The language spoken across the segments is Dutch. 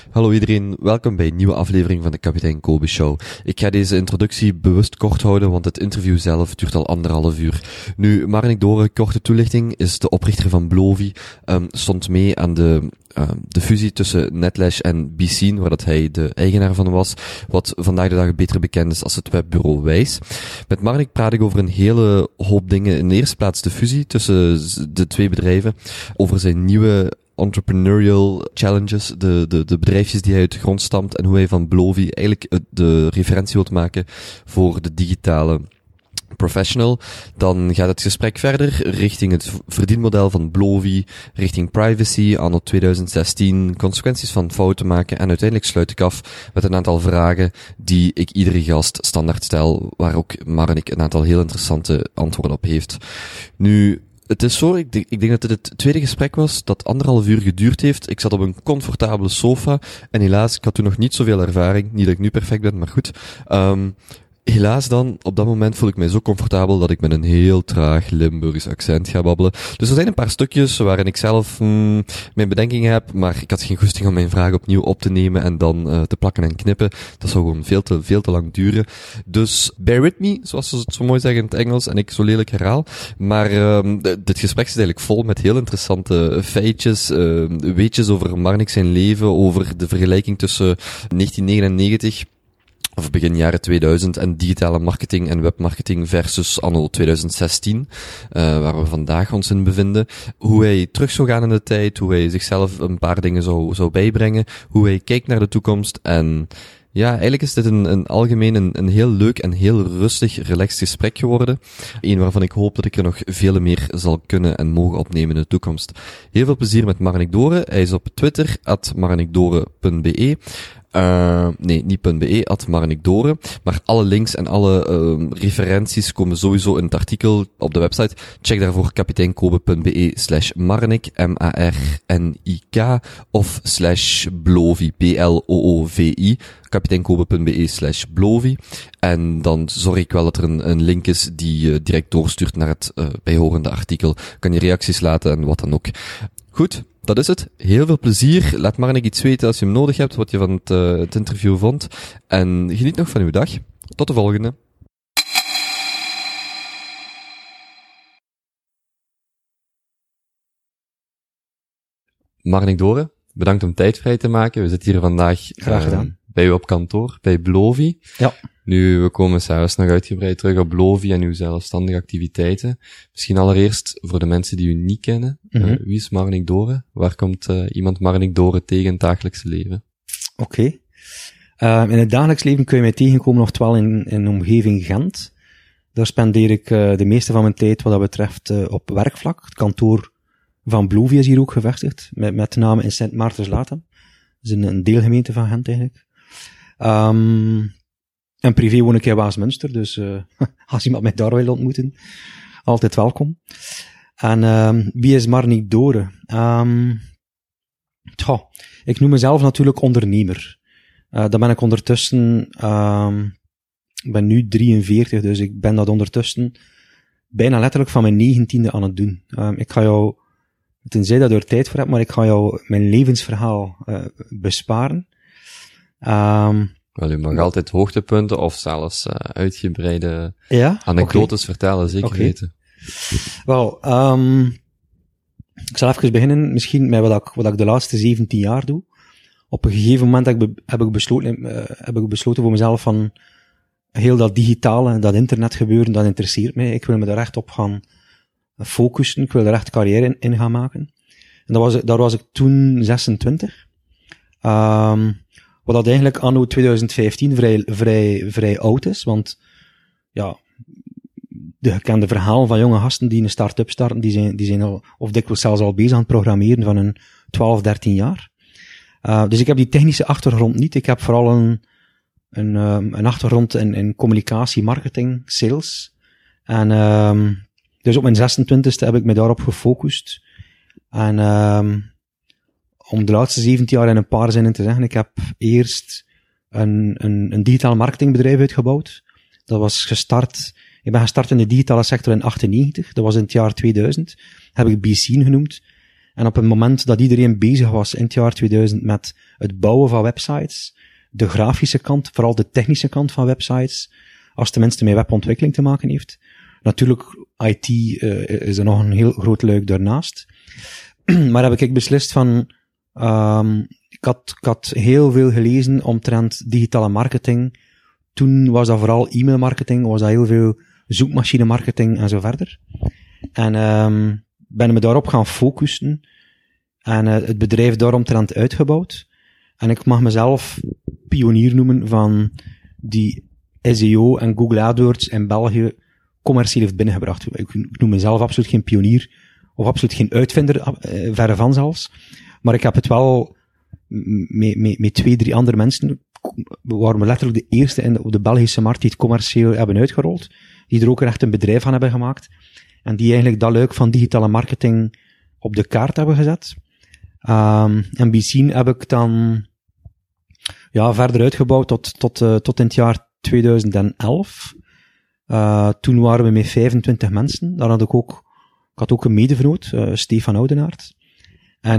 Hallo iedereen, welkom bij een nieuwe aflevering van de Kapitein Kobe Show. Ik ga deze introductie bewust kort houden, want het interview zelf duurt al 1,5 uur. Nu, Marnik Doren, korte toelichting, is de oprichter van Blovi, stond mee aan de fusie tussen Netlash en BeSeen, waar dat hij de eigenaar van was, wat vandaag de dag beter bekend is als het webbureau Wijs. Met Marnik praat ik over een hele hoop dingen. In de eerste plaats de fusie tussen de twee bedrijven, over zijn nieuwe entrepreneurial challenges, de bedrijfjes die hij uit de grond stampt en hoe hij van Blovi eigenlijk de referentie wilt maken voor de digitale professional. Dan gaat het gesprek verder richting het verdienmodel van Blovi, richting privacy, anno 2016, consequenties van fouten maken en uiteindelijk sluit ik af met een aantal vragen die ik iedere gast standaard stel, waar ook Marnik een aantal heel interessante antwoorden op heeft. Nu, het is zo, ik denk dat dit het tweede gesprek was dat 1,5 uur geduurd heeft. Ik zat op een comfortabele sofa en helaas, ik had toen nog niet zoveel ervaring. Niet dat ik nu perfect ben, maar goed. Helaas dan, op dat moment voel ik mij zo comfortabel dat ik met een heel traag Limburgs accent ga babbelen. Dus er zijn een paar stukjes waarin ik zelf mijn bedenkingen heb, maar ik had geen goesting om mijn vraag opnieuw op te nemen en dan te plakken en knippen. Dat zou gewoon veel te lang duren. Dus bear with me, zoals ze het zo mooi zeggen in het Engels, en ik zo lelijk herhaal. Maar dit gesprek zit eigenlijk vol met heel interessante feitjes, weetjes over Marnik zijn leven, over de vergelijking tussen 1999... of begin jaren 2000 en digitale marketing en webmarketing versus anno 2016, waar we vandaag ons in bevinden. Hoe hij terug zou gaan in de tijd, hoe hij zichzelf een paar dingen zou bijbrengen, hoe hij kijkt naar de toekomst en ja, eigenlijk is dit een algemeen een heel leuk en heel rustig, relaxed gesprek geworden. Eén waarvan ik hoop dat ik er nog vele meer zal kunnen en mogen opnemen in de toekomst. Heel veel plezier met Marnik Doren. Hij is op Twitter, @marnikdoren.be. Nee, niet .be, @marnikdoren. Maar alle links en alle referenties komen sowieso in het artikel op de website. Check daarvoor kapiteinkobe.be/marnik, MARNIK, of /Blovi, BLOOVI, kapiteinkobe.be/Blovi. En dan zorg ik wel dat er een link is die direct doorstuurt naar het bijhorende artikel. Kan je reacties laten en wat dan ook. Goed, dat is het. Heel veel plezier. Laat Marnik iets weten als je hem nodig hebt, wat je van het interview vond. En geniet nog van uw dag. Tot de volgende. Marnik Doren, bedankt om tijd vrij te maken. We zitten hier vandaag graag gedaan bij u op kantoor, bij Blovi. Ja. Nu, we komen zelfs nog uitgebreid terug op Blovi en uw zelfstandige activiteiten. Misschien allereerst, voor de mensen die u niet kennen, wie is Marnik Doren? Waar komt iemand Marnik Doren tegen in het dagelijkse leven? Oké. In het dagelijks leven kun je mij tegenkomen, oftewel in de omgeving Gent. Daar spendeer ik de meeste van mijn tijd wat dat betreft op werkvlak. Het kantoor van Blovi is hier ook gevestigd, met name in Sint Maartens-Latem. Dat is een deelgemeente van Gent eigenlijk. En privé woon ik in Waasmunster, dus als iemand mij daar wil ontmoeten, altijd welkom. En wie is Marnik Doren? Ik noem mezelf natuurlijk ondernemer. Dat ben ik ondertussen, ik ben nu 43, dus ik ben dat ondertussen bijna letterlijk van mijn 19e aan het doen. Ik ga jou, tenzij dat je er tijd voor hebt, maar ik ga jou mijn levensverhaal besparen. Wel, u mag altijd hoogtepunten of zelfs uitgebreide anekdotes vertellen, zeker weten. Wel, ik zal even beginnen, misschien met wat ik de laatste 17 jaar doe. Op een gegeven moment heb ik besloten voor mezelf van, heel dat digitale, dat internet gebeuren, dat interesseert mij. Ik wil me daar echt op gaan focussen, ik wil er echt carrière in gaan maken. En daar was ik toen 26. Wat dat eigenlijk anno 2015 vrij oud is, want ja, de gekende verhalen van jonge gasten die een start-up starten, die zijn al, of dikwijls zelfs al bezig aan het programmeren van een 12, 13 jaar. Dus ik heb die technische achtergrond niet. Ik heb vooral een achtergrond in communicatie, marketing, sales. En dus op mijn 26e heb ik me daarop gefocust. En om de laatste 17 jaar in een paar zinnen te zeggen, ik heb eerst een digitaal marketingbedrijf uitgebouwd. Dat was gestart, ik ben gestart in de digitale sector in 1998, dat was in het jaar 2000. Heb ik BeSeen genoemd. En op het moment dat iedereen bezig was in het jaar 2000 met het bouwen van websites, de grafische kant, vooral de technische kant van websites, als tenminste met webontwikkeling te maken heeft. Natuurlijk, IT is er nog een heel groot luik daarnaast. Maar heb ik beslist van, ik had heel veel gelezen omtrent digitale marketing. Toen was dat vooral e-mailmarketing, was dat heel veel zoekmachine marketing en zo verder. En ben me daarop gaan focussen en het bedrijf daaromtrent uitgebouwd. En ik mag mezelf pionier noemen van die SEO en Google AdWords in België commercieel heeft binnengebracht. Ik noem mezelf absoluut geen pionier of absoluut geen uitvinder, verre van zelfs. Maar ik heb het wel met 2, 3 andere mensen, we waren letterlijk de eerste op de Belgische markt die het commercieel hebben uitgerold, die er ook echt een bedrijf van hebben gemaakt en die eigenlijk dat luik van digitale marketing op de kaart hebben gezet. En BeSeen heb ik dan verder uitgebouwd tot in het jaar 2011. Toen waren we met 25 mensen. Daar ik had ook een medevenoot, Stefan Oudenaert. En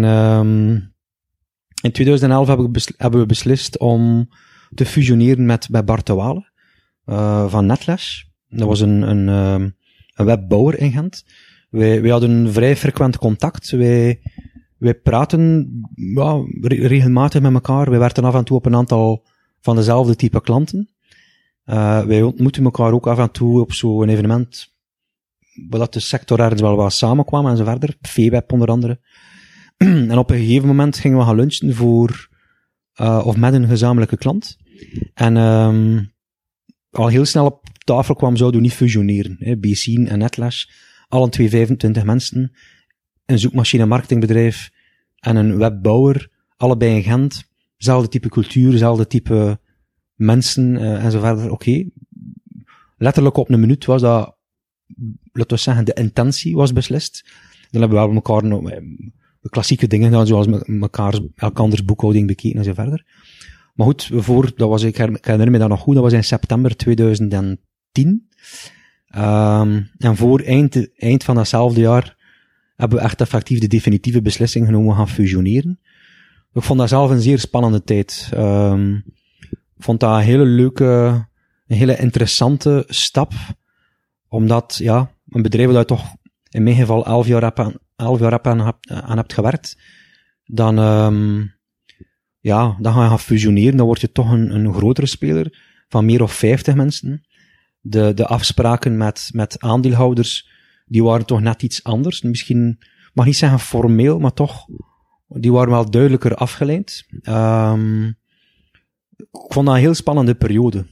in 2011 hebben we beslist om te fusioneren met Bart de Wale van Netlash. Dat was een webbouwer in Gent. Wij hadden vrij frequent contact. Wij praten regelmatig met elkaar. Wij werken af en toe op een aantal van dezelfde type klanten. Wij ontmoeten elkaar ook af en toe op zo'n evenement, waar dat de sector ergens wel wat samenkwam en zo verder. VWeb onder andere. En op een gegeven moment gingen we gaan lunchen of met een gezamenlijke klant. En al heel snel op tafel kwam, zouden we niet fusioneren. BeSeen en Netlash, allen 25 mensen, een zoekmachine marketingbedrijf en een webbouwer, allebei in Gent, zelfde type cultuur, zelfde type mensen en zo verder. Oké. Letterlijk op een minuut was dat, laten we zeggen, de intentie was beslist. Dan hebben we wel elkaar de klassieke dingen gedaan, zoals elkanders boekhouding bekeken en zo verder. Maar goed, ik herinner me dat nog goed, dat was in september 2010. En voor eind van datzelfde jaar hebben we echt effectief de definitieve beslissing genomen, we gaan fusioneren. Ik vond dat zelf een zeer spannende tijd. Ik vond dat een hele leuke, een hele interessante stap, omdat, een bedrijf dat je toch in mijn geval 11 jaar aan hebt gewerkt, dan ga je gaan fusioneren, dan word je toch een grotere speler van meer of 50 mensen. De afspraken met aandeelhouders, die waren toch net iets anders. Misschien, ik mag niet zeggen formeel, maar toch, die waren wel duidelijker afgeleid. Ik vond dat een heel spannende periode.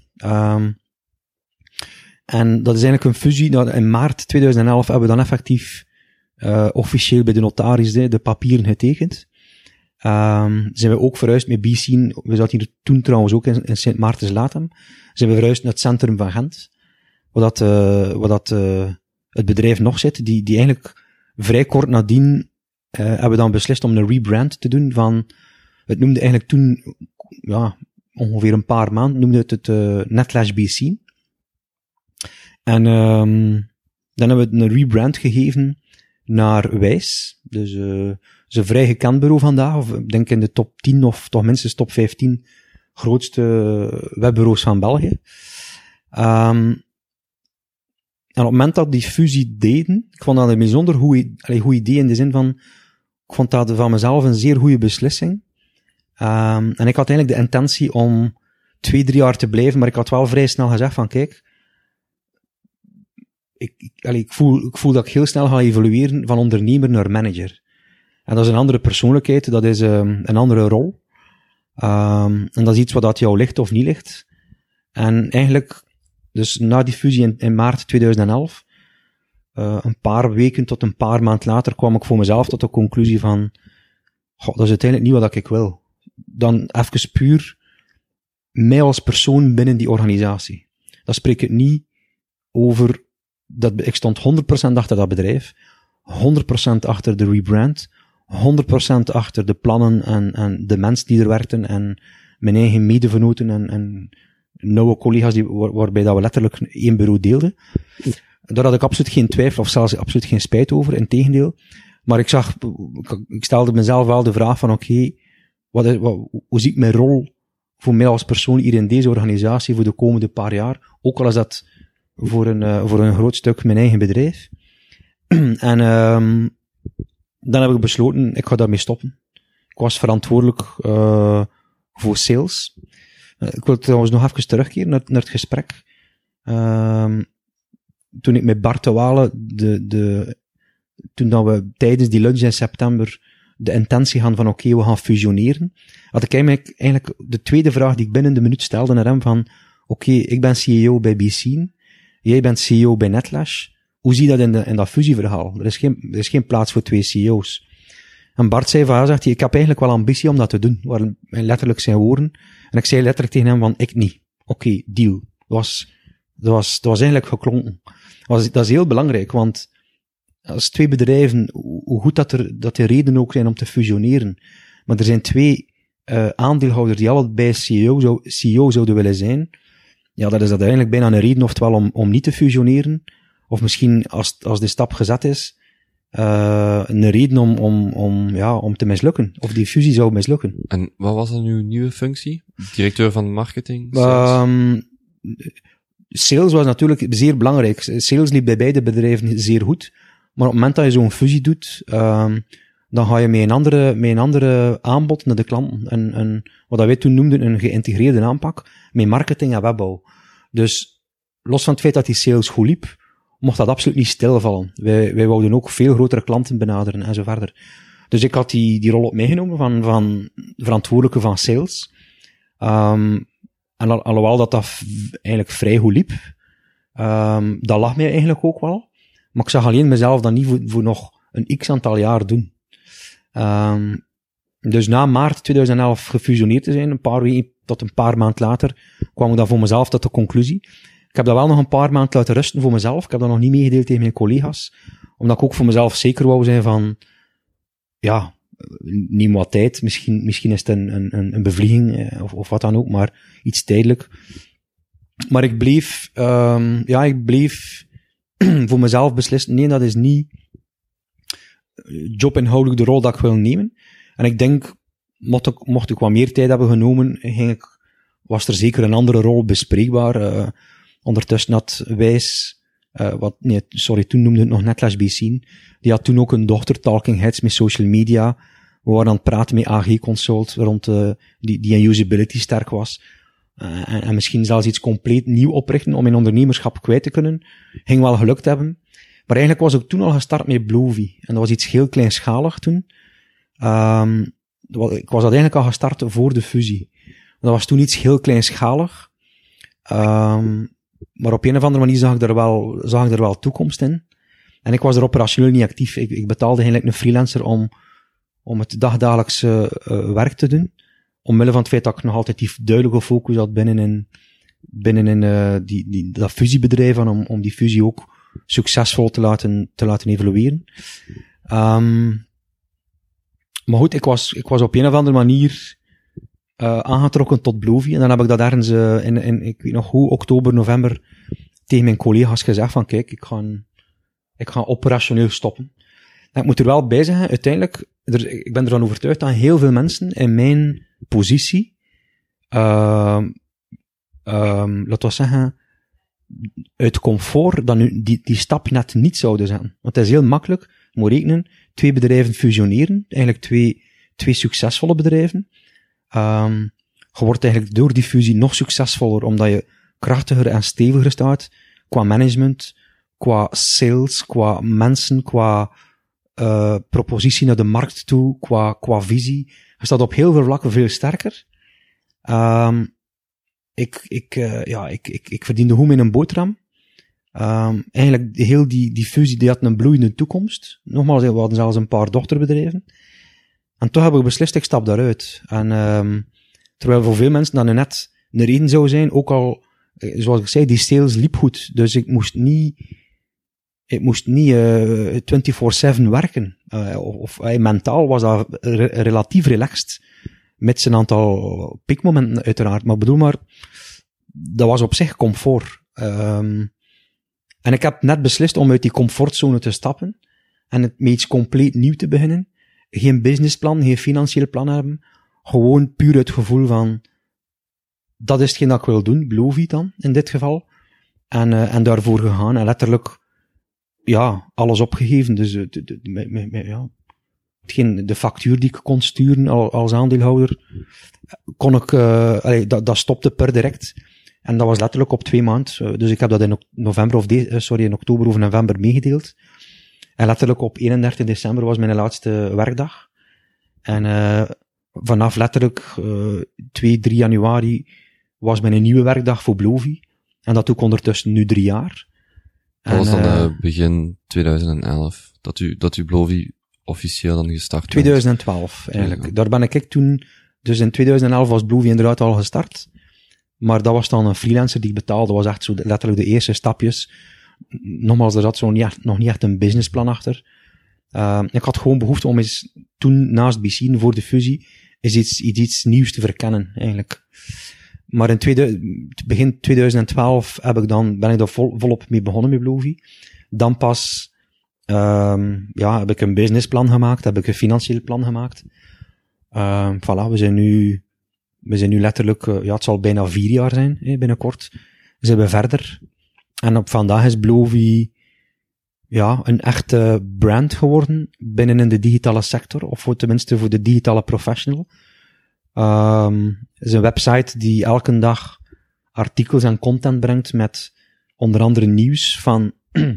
En dat is eigenlijk een fusie. In maart 2011 hebben we dan effectief officieel bij de notaris de papieren getekend. Zijn we ook verhuisd met BeSeen. We zaten hier toen trouwens ook in Sint Maartens-Latem. Zijn we verhuisd naar het centrum van Gent. Waar dat het bedrijf nog zit. Die eigenlijk vrij kort nadien hebben we dan beslist om een rebrand te doen van, het noemde eigenlijk toen, ongeveer een paar maanden, noemde het Netlash BeSeen. En dan hebben we een rebrand gegeven naar Wijs. Dus is een vrij gekend bureau vandaag, of ik denk in de top 10 of toch minstens top 15 grootste webbureaus van België. En op het moment dat die fusie deden, ik vond dat een bijzonder goed idee in de zin van, ik vond dat van mezelf een zeer goede beslissing. En ik had eigenlijk de intentie om 2-3 jaar te blijven, maar ik had wel vrij snel gezegd van, kijk, ik voel dat ik heel snel ga evolueren van ondernemer naar manager. En dat is een andere persoonlijkheid, dat is een andere rol. En dat is iets wat dat jou ligt of niet ligt. En eigenlijk, dus na die fusie in maart 2011, een paar weken tot een paar maanden later kwam ik voor mezelf tot de conclusie van, dat is uiteindelijk niet wat ik wil. Dan even puur mij als persoon binnen die organisatie. Dan spreek ik niet over dat ik stond 100% achter dat bedrijf, 100% achter de rebrand, 100% achter de plannen en de mensen die er werkten en mijn eigen medevenoten en nauwe collega's waarbij dat we letterlijk één bureau deelden. Daar had ik absoluut geen twijfel of zelfs absoluut geen spijt over, integendeel. Maar ik stelde mezelf wel de vraag van, oké, hoe zie ik mijn rol voor mij als persoon hier in deze organisatie voor de komende paar jaar? Ook al is dat voor een groot stuk mijn eigen bedrijf. En dan heb ik besloten, ik ga daarmee stoppen. Ik was verantwoordelijk voor sales. Ik wil trouwens nog even terugkeren naar het gesprek. Toen ik met Bart de Wale, toen dat we tijdens die lunch in september de intentie hadden van oké, we gaan fusioneren, had ik eigenlijk de tweede vraag die ik binnen de minuut stelde naar hem van oké, ik ben CEO bij BC, jij bent CEO bij Netlash, hoe zie je dat in dat fusieverhaal? Er is geen plaats voor 2 CEO's. En Bart zei van, zegt hij, ik heb eigenlijk wel ambitie om dat te doen, waren letterlijk zijn woorden. En ik zei letterlijk tegen hem van, ik niet. Oké, deal. Dat was eigenlijk geklonken. Dat is heel belangrijk, want als 2 bedrijven, hoe goed dat er redenen ook zijn om te fusioneren, maar er zijn 2 aandeelhouders die allebei CEO zouden willen zijn, ja, dat is dat eigenlijk bijna een reden, oftewel om niet te fusioneren, of misschien als de stap gezet is, een reden om te mislukken. Of die fusie zou mislukken. En wat was dan uw nieuwe functie? Directeur van marketing? Sales was natuurlijk zeer belangrijk. Sales liep bij beide bedrijven zeer goed. Maar op het moment dat je zo'n fusie doet, dan ga je met een andere aanbod naar de klanten. En wat wij toen noemden een geïntegreerde aanpak met marketing en webbouw. Dus los van het feit dat die sales goed liep, mocht dat absoluut niet stilvallen. Wij wouden ook veel grotere klanten benaderen en zo verder. Dus ik had die rol op meegenomen van verantwoordelijke van sales. En alhoewel dat eigenlijk vrij goed liep, dat lag mij eigenlijk ook wel. Maar ik zag alleen mezelf dat niet voor nog een x-aantal jaar doen. Dus na maart 2011 gefusioneerd te zijn, een paar weken tot een paar maanden later, kwam ik dan voor mezelf tot de conclusie. Ik heb dat wel nog een paar maanden laten rusten voor mezelf. Ik heb dat nog niet meegedeeld tegen mijn collega's. Omdat ik ook voor mezelf zeker wou zijn van, ja, niet wat tijd. Misschien is het een bevlieging, of wat dan ook, maar iets tijdelijk. Maar ik bleef voor mezelf beslissen, nee, dat is niet jobinhoudelijk de rol dat ik wil nemen. En ik denk, mocht ik wat meer tijd hebben genomen, was er zeker een andere rol bespreekbaar. Ondertussen had Wijs, toen noemde het nog Netlash BC, die had toen ook een dochter, Talking Heads, met social media. We waren aan het praten met AG Consult, rond die in usability sterk was. En misschien zelfs iets compleet nieuw oprichten om in ondernemerschap kwijt te kunnen. Ging wel gelukt hebben. Maar eigenlijk was ik toen al gestart met Blovie. En dat was iets heel kleinschalig toen. Ik was eigenlijk al gestart voor de fusie. Dat was toen iets heel kleinschalig. Maar op een of andere manier zag ik er wel toekomst in. En ik was er operationeel niet actief. Ik betaalde eigenlijk een freelancer om het dagdagelijkse werk te doen. Omwille van het feit dat ik nog altijd die duidelijke focus had binnenin dat fusiebedrijf, om die fusie ook succesvol te laten evolueren. Maar goed, ik was op een of andere manier aangetrokken tot Blovie. En dan heb ik dat ergens in ik weet nog hoe, oktober, november, tegen mijn collega's gezegd van, kijk, ik ga operationeel stoppen. En ik moet er wel bij zeggen, uiteindelijk, ik ben ervan overtuigd dat heel veel mensen in mijn positie, laten we zeggen, uit comfort, dan nu die stap net niet zouden zetten. Want het is heel makkelijk, je moet rekenen, 2 bedrijven fusioneren, eigenlijk twee succesvolle bedrijven. Je wordt eigenlijk door die fusie nog succesvoller, omdat je krachtiger en steviger staat, qua management, qua sales, qua mensen, qua propositie naar de markt toe, qua visie. Je staat op heel veel vlakken veel sterker. Ik verdiende goed met een boterham. Eigenlijk heel die fusie, die had een bloeiende toekomst. Nogmaals, we hadden zelfs een paar dochterbedrijven. En toch heb ik beslist, ik stap daaruit. En terwijl voor veel mensen dat net een reden zou zijn, ook al, zoals ik zei, die sales liep goed. Dus ik moest niet 24/7 werken. Mentaal was dat relatief relaxed. Met zijn aantal piekmomenten uiteraard. Maar bedoel maar, dat was op zich comfort. En ik heb net beslist om uit die comfortzone te stappen. en het met iets compleet nieuw te beginnen. Geen businessplan, geen financieel plan hebben. Gewoon puur het gevoel van, dat is hetgeen dat ik wil doen, Blovie dan, in dit geval. En daarvoor gegaan en letterlijk, ja, alles opgegeven. Dus, de factuur die ik kon sturen als aandeelhouder, kon ik, dat stopte per direct. En dat was letterlijk op 2 maanden. Dus ik heb dat in oktober of november meegedeeld. En letterlijk op 31 december was mijn laatste werkdag. En vanaf letterlijk 2, 3 januari was mijn nieuwe werkdag voor Blovie. En dat doe ik ondertussen nu 3 jaar. Dat was dan begin 2011, dat u Blovie officieel dan gestart 2012, eigenlijk. Ja. Daar ben ik toen, dus in 2011 was Blovie inderdaad al gestart. Maar dat was dan een freelancer die ik betaalde. Dat was echt zo letterlijk de eerste stapjes. Nogmaals, er zat nog niet echt een businessplan achter. Ik had gewoon behoefte om eens toen, naast BC, voor de fusie, iets nieuws te verkennen, eigenlijk. Maar in begin 2012 ben ik daar volop mee begonnen met Blovie. Dan pas, heb ik een businessplan gemaakt, heb ik een financieel plan gemaakt. Voilà, we zijn nu letterlijk, het zal bijna 4 jaar zijn, binnenkort. Zijn we verder. En op vandaag is Blovie, een echte brand geworden binnen in de digitale sector, of tenminste voor de digitale professional. Het is een website die elke dag artikels en content brengt met onder andere nieuws van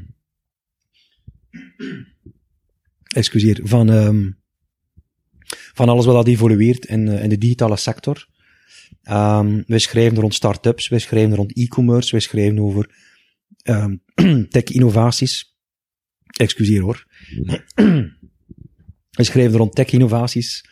van alles wat dat evolueert in de digitale sector. Wij schrijven rond start-ups, wij schrijven rond e-commerce, wij schrijven over tech-innovaties. Excuseer hoor. Wij schrijven rond tech-innovaties,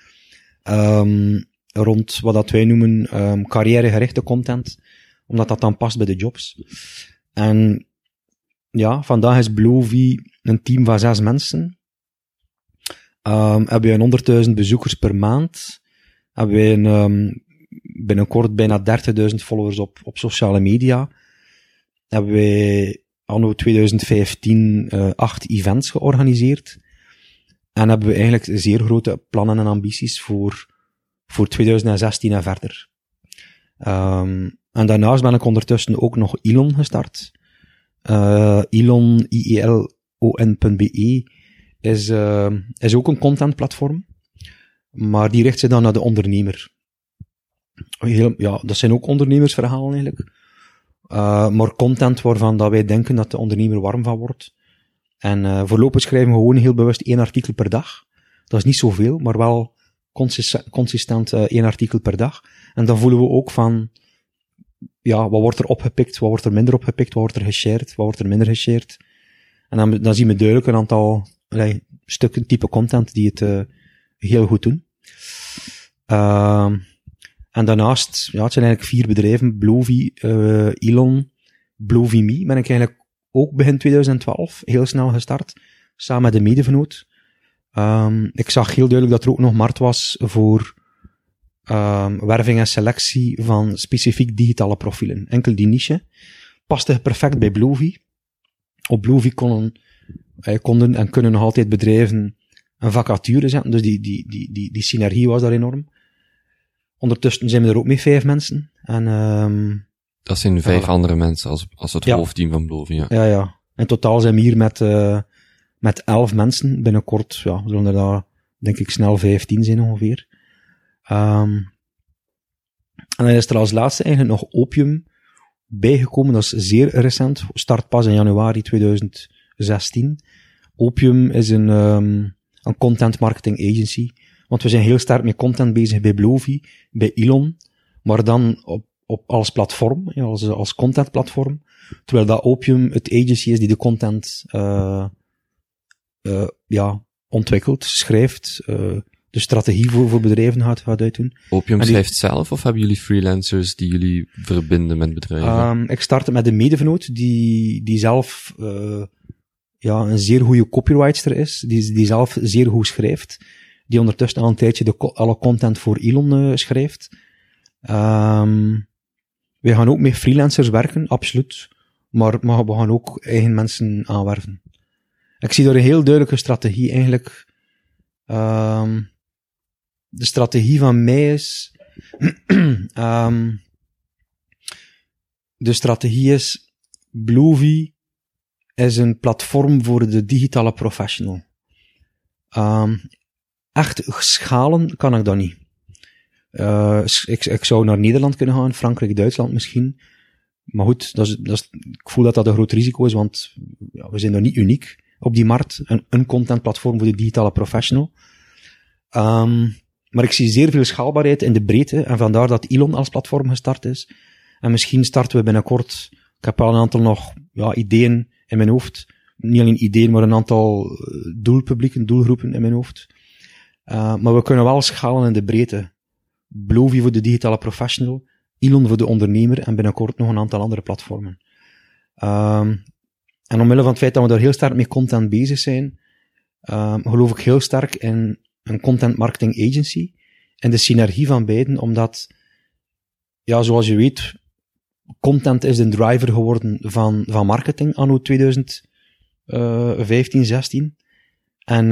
rond wat dat wij noemen carrièregerichte content, omdat dat dan past bij de jobs. En vandaag is Blovie een team van 6 mensen. Hebben we 100.000 bezoekers per maand. Hebben we binnenkort bijna 30.000 followers op sociale media. Hebben wij anno 2015 8 events georganiseerd. En hebben we eigenlijk zeer grote plannen en ambities voor 2016 en verder. En daarnaast ben ik ondertussen ook nog Ilon gestart. Ilon, IELON.be is ook een contentplatform, maar die richt zich dan naar de ondernemer. Dat zijn ook ondernemersverhalen eigenlijk. Maar content waarvan dat wij denken dat de ondernemer warm van wordt. En voorlopig schrijven we gewoon heel bewust 1 artikel per dag. Dat is niet zoveel, maar wel consistent 1 artikel per dag. En dan voelen we ook van, wat wordt er opgepikt, wat wordt er minder opgepikt, wat wordt er geshared, wat wordt er minder geshared. En dan zien we duidelijk een aantal stukken type content die het heel goed doen. En daarnaast, het zijn eigenlijk 4 bedrijven, Blovie, Ilon, Blovie.me, ben ik eigenlijk ook begin 2012 heel snel gestart, samen met een medevenoot. Ik zag heel duidelijk dat er ook nog markt was voor werving en selectie van specifiek digitale profielen. Enkel die niche paste perfect bij Blovie. Op Blovie konden en kunnen nog altijd bedrijven een vacature zetten, dus die synergie was daar enorm. Ondertussen zijn we er ook mee 5 mensen. En, dat zijn 5 andere mensen als het hoofdteam van Blovie, ja. In totaal zijn we hier met 11 mensen. Binnenkort, zullen er daar, denk ik, snel 15 zijn ongeveer. En dan is er als laatste eigenlijk nog Opium bijgekomen. Dat is zeer recent. Start pas in januari 2016. Opium is een content marketing agency. Want we zijn heel sterk met content bezig bij Blovie, bij Ilon, maar dan als platform, als contentplatform. Terwijl dat Opium het agency is die de content ontwikkelt, schrijft, de strategie voor bedrijven gaat uitdoen. Opium schrijft zelf, of hebben jullie freelancers die jullie verbinden met bedrijven? Ik startte met een medevenoot die zelf een zeer goede copywriter is, die zelf zeer goed schrijft, die ondertussen al een tijdje alle content voor Ilon schrijft. We gaan ook met freelancers werken, absoluut. Maar we gaan ook eigen mensen aanwerven. Ik zie daar een heel duidelijke strategie. Eigenlijk, de strategie van mij is, de strategie is, Blovie is een platform voor de digitale professional. Echt schalen kan ik dat niet. Ik zou naar Nederland kunnen gaan, Frankrijk, Duitsland misschien. Maar goed, ik voel dat dat een groot risico is, want we zijn nog niet uniek op die markt. Een contentplatform voor de digitale professional. Maar ik zie zeer veel schaalbaarheid in de breedte, en vandaar dat Elon als platform gestart is. En misschien starten we binnenkort, ik heb al een aantal nog ideeën in mijn hoofd. Niet alleen ideeën, maar een aantal doelgroepen in mijn hoofd. Maar we kunnen wel schalen in de breedte. Blovie voor de digitale professional, Elon voor de ondernemer en binnenkort nog een aantal andere platformen. En omwille van het feit dat we daar heel sterk mee content bezig zijn, geloof ik heel sterk in een content marketing agency en de synergie van beiden, omdat, zoals je weet, content is de driver geworden van marketing anno 2015, 16. En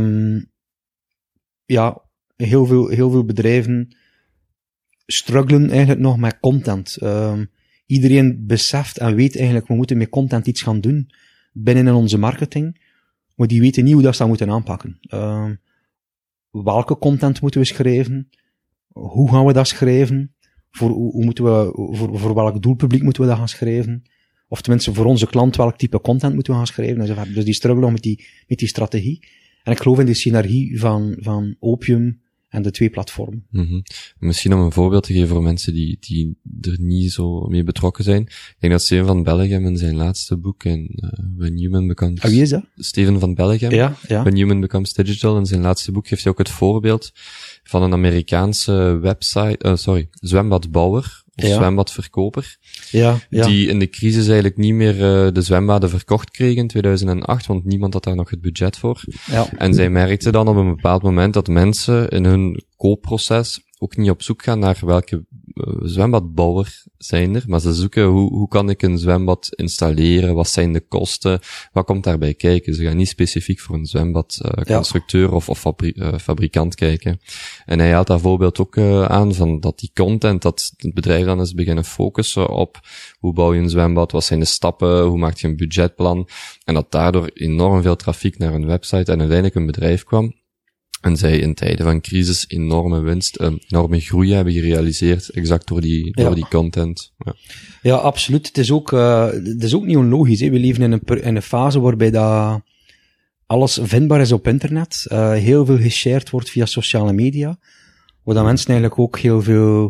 heel veel bedrijven struggelen eigenlijk nog met content. Iedereen beseft en weet eigenlijk, we moeten met content iets gaan doen binnen in onze marketing, maar die weten niet hoe dat ze dat moeten aanpakken. Welke content moeten we schrijven? Hoe gaan we dat schrijven? Voor welk doelpubliek moeten we dat gaan schrijven? Of tenminste, voor onze klant, welk type content moeten we gaan schrijven? Dus die struggelen met die strategie. En ik geloof in de synergie van Opium en de twee platformen. Mm-hmm. Misschien om een voorbeeld te geven voor mensen die er niet zo mee betrokken zijn. Ik denk dat Steven van Bellegem in zijn laatste boek, When Human Becomes... Wie is dat? Steven van Bellegem. Ja. When Human Becomes Digital. In zijn laatste boek geeft hij ook het voorbeeld van een Amerikaanse zwembadbouwer. Of zwembadverkoper. Ja. Die in de crisis eigenlijk niet meer de zwembaden verkocht kregen in 2008, want niemand had daar nog het budget voor. Ja. En zij merkte dan op een bepaald moment dat mensen in hun koopproces ook niet op zoek gaan naar welke zwembadbouwer zijn er, maar ze zoeken hoe kan ik een zwembad installeren, wat zijn de kosten, wat komt daarbij kijken. Ze gaan niet specifiek voor een zwembadconstructeur of fabrikant kijken. En hij haalt dat voorbeeld ook aan van dat die content, dat het bedrijf dan is beginnen focussen op hoe bouw je een zwembad, wat zijn de stappen, hoe maak je een budgetplan, en dat daardoor enorm veel trafiek naar een website en uiteindelijk een bedrijf kwam. En zij in tijden van crisis enorme winst, enorme groei hebben gerealiseerd, exact door die content. Ja, absoluut. Het is ook niet onlogisch. Hè. We leven in een fase waarbij dat alles vindbaar is op internet. Heel veel geshared wordt via sociale media. Waar dat mensen eigenlijk ook heel veel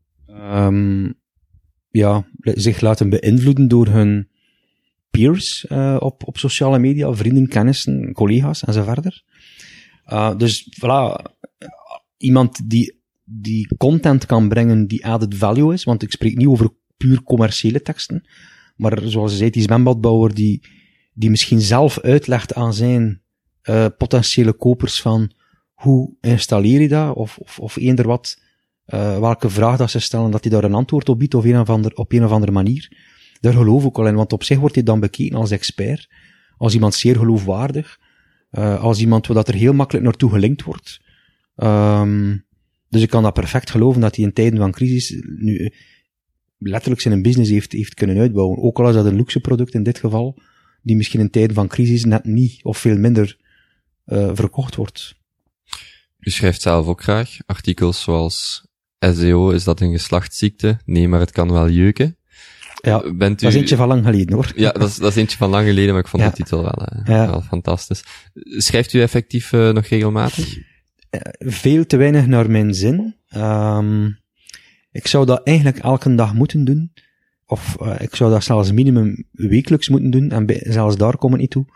zich laten beïnvloeden door hun peers op sociale media, vrienden, kennissen, collega's en zo verder. Dus voilà, iemand die content kan brengen die added value is, want ik spreek niet over puur commerciële teksten, maar zoals je zei, die zwembadbouwer die misschien zelf uitlegt aan zijn potentiële kopers van hoe installeer je dat, of eender wat, welke vraag dat ze stellen, dat hij daar een antwoord op biedt op een of andere manier. Daar geloof ik al in, want op zich wordt hij dan bekeken als expert, als iemand zeer geloofwaardig, als iemand waar dat er heel makkelijk naartoe gelinkt wordt. Dus ik kan dat perfect geloven dat hij in tijden van crisis nu letterlijk zijn business heeft kunnen uitbouwen. Ook al is dat een luxe product in dit geval, die misschien in tijden van crisis net niet of veel minder verkocht wordt. U schrijft zelf ook graag artikels zoals SEO, is dat een geslachtsziekte? Nee, maar het kan wel jeuken. Ja, dat is eentje van lang geleden, hoor. Ja, dat is eentje van lang geleden, maar ik vond de titel wel fantastisch. Schrijft u effectief nog regelmatig? Veel te weinig naar mijn zin. Ik zou dat eigenlijk elke dag moeten doen. Of ik zou dat zelfs minimum wekelijks moeten doen. En zelfs daar kom ik niet toe.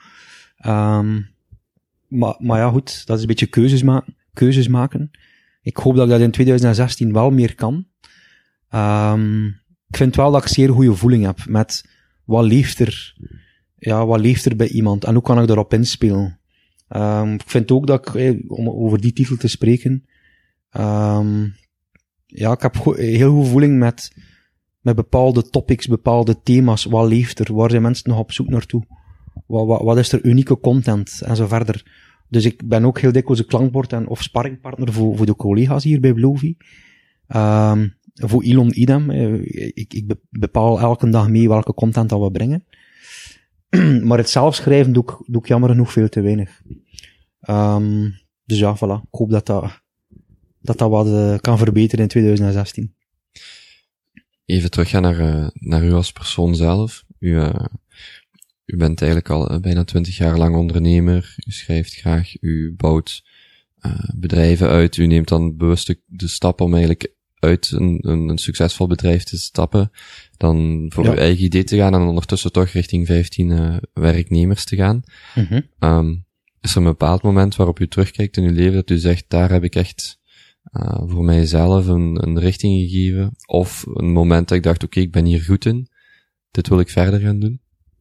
Maar ja, goed, dat is een beetje keuzes maken. Ik hoop dat ik dat in 2016 wel meer kan. Ik vind wel dat ik zeer goede voeling heb met wat leeft er bij iemand en hoe kan ik daarop inspelen. Ik vind ook dat ik, om over die titel te spreken, ik heb heel goede voeling met bepaalde topics, bepaalde thema's. Wat leeft er? Waar zijn mensen nog op zoek naartoe? wat is er unieke content en zo verder. Dus ik ben ook heel dikwijls een klankbord of sparringpartner voor de collega's hier bij Blovie. Voor Elon idem. Ik bepaal elke dag mee welke content dat we brengen. Maar het zelf schrijven doe ik jammer genoeg veel te weinig. Dus ja, voilà. Ik hoop dat wat kan verbeteren in 2016. Even teruggaan naar u als persoon zelf. U bent eigenlijk al bijna 20 jaar lang ondernemer. U schrijft graag, u bouwt bedrijven uit. U neemt dan bewust de stap om eigenlijk uit een succesvol bedrijf te stappen, dan voor uw eigen idee te gaan en ondertussen toch richting 15 werknemers te gaan. Mm-hmm. Is er een bepaald moment waarop u terugkijkt in uw leven dat u zegt, daar heb ik echt voor mijzelf een richting gegeven, of een moment dat ik dacht, oké, ik ben hier goed in, dit wil ik verder gaan doen?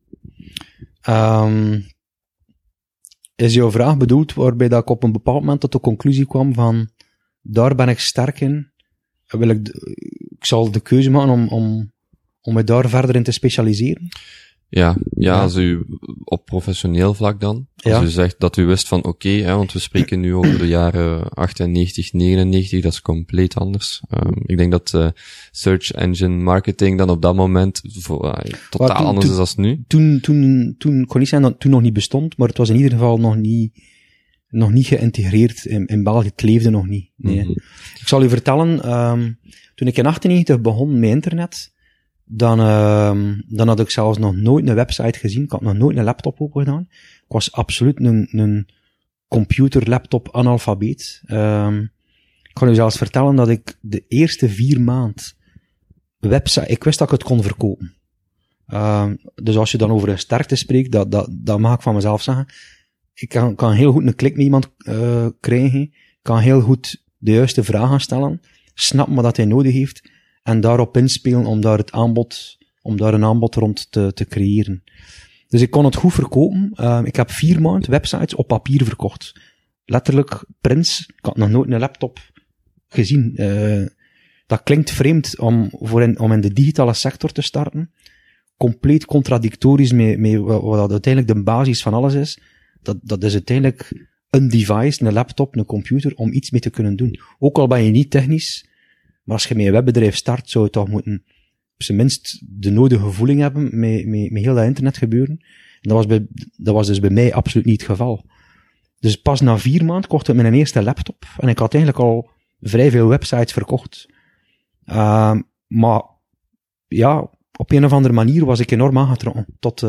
Is jouw vraag bedoeld waarbij dat ik op een bepaald moment tot de conclusie kwam van, daar ben ik sterk in, ik zal de keuze maken om me daar verder in te specialiseren? Ja. Als u op professioneel vlak dan, als u zegt dat u wist van oké, want we spreken nu over de jaren 98, 99, dat is compleet anders. Ik denk dat search engine marketing dan op dat moment totaal anders is als nu. Toen kon niet zijn dat toen nog niet bestond, maar het was in ieder geval nog niet geïntegreerd in België. Het leefde nog niet. Nee. Mm-hmm. Ik zal u vertellen, toen ik in 98 begon met internet, dan had ik zelfs nog nooit een website gezien. Ik had nog nooit een laptop open gedaan. Ik was absoluut een computer-laptop-analfabeet. Ik kan u zelfs vertellen dat ik de eerste 4 maanden website, ik wist dat ik het kon verkopen. Dus als je dan over een sterkte spreekt, dat mag ik van mezelf zeggen. Ik kan heel goed een klik met iemand krijgen, kan heel goed de juiste vragen stellen, snappen wat hij nodig heeft, en daarop inspelen om daar een aanbod rond te creëren. Dus ik kon het goed verkopen. Ik heb 4 maanden websites op papier verkocht. Letterlijk prints. Ik had nog nooit een laptop gezien. Dat klinkt vreemd om in de digitale sector te starten. Compleet contradictorisch met wat uiteindelijk de basis van alles is. Dat is uiteindelijk een device, een laptop, een computer, om iets mee te kunnen doen. Ook al ben je niet technisch, maar als je met een webbedrijf start, zou je toch moeten op zijn minst de nodige voeling hebben met heel dat internet gebeuren. En dat was dus bij mij absoluut niet het geval. Dus pas na 4 maanden kocht ik mijn eerste laptop en ik had eigenlijk al vrij veel websites verkocht. Maar ja, op een of andere manier was ik enorm aangetrokken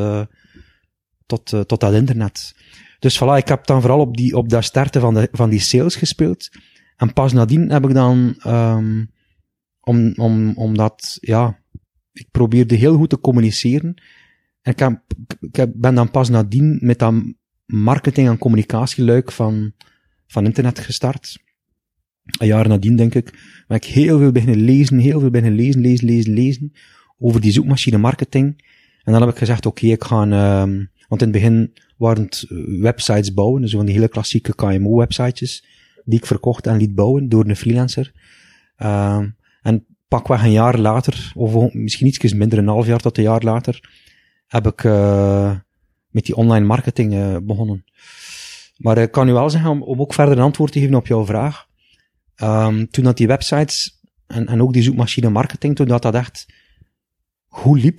tot dat internet. Dus voilà, ik heb dan vooral op dat starten van die sales gespeeld. En pas nadien heb ik dan, omdat, ja, ik probeerde heel goed te communiceren. En ik ben dan pas nadien met dat marketing- en communicatieluik van internet gestart. Een jaar nadien, denk ik, ben ik heel veel beginnen lezen, over die zoekmachine marketing. En dan heb ik gezegd, oké, ik ga want in het begin waren het websites bouwen, dus van die hele klassieke KMO-websitejes, die ik verkocht en liet bouwen door een freelancer. En pakweg een jaar later, of misschien iets minder, een half jaar tot een jaar later, heb ik met die online marketing begonnen. Maar ik kan u wel zeggen, om ook verder een antwoord te geven op jouw vraag, toen dat die websites en ook die zoekmachine marketing, toen dat echt goed liep,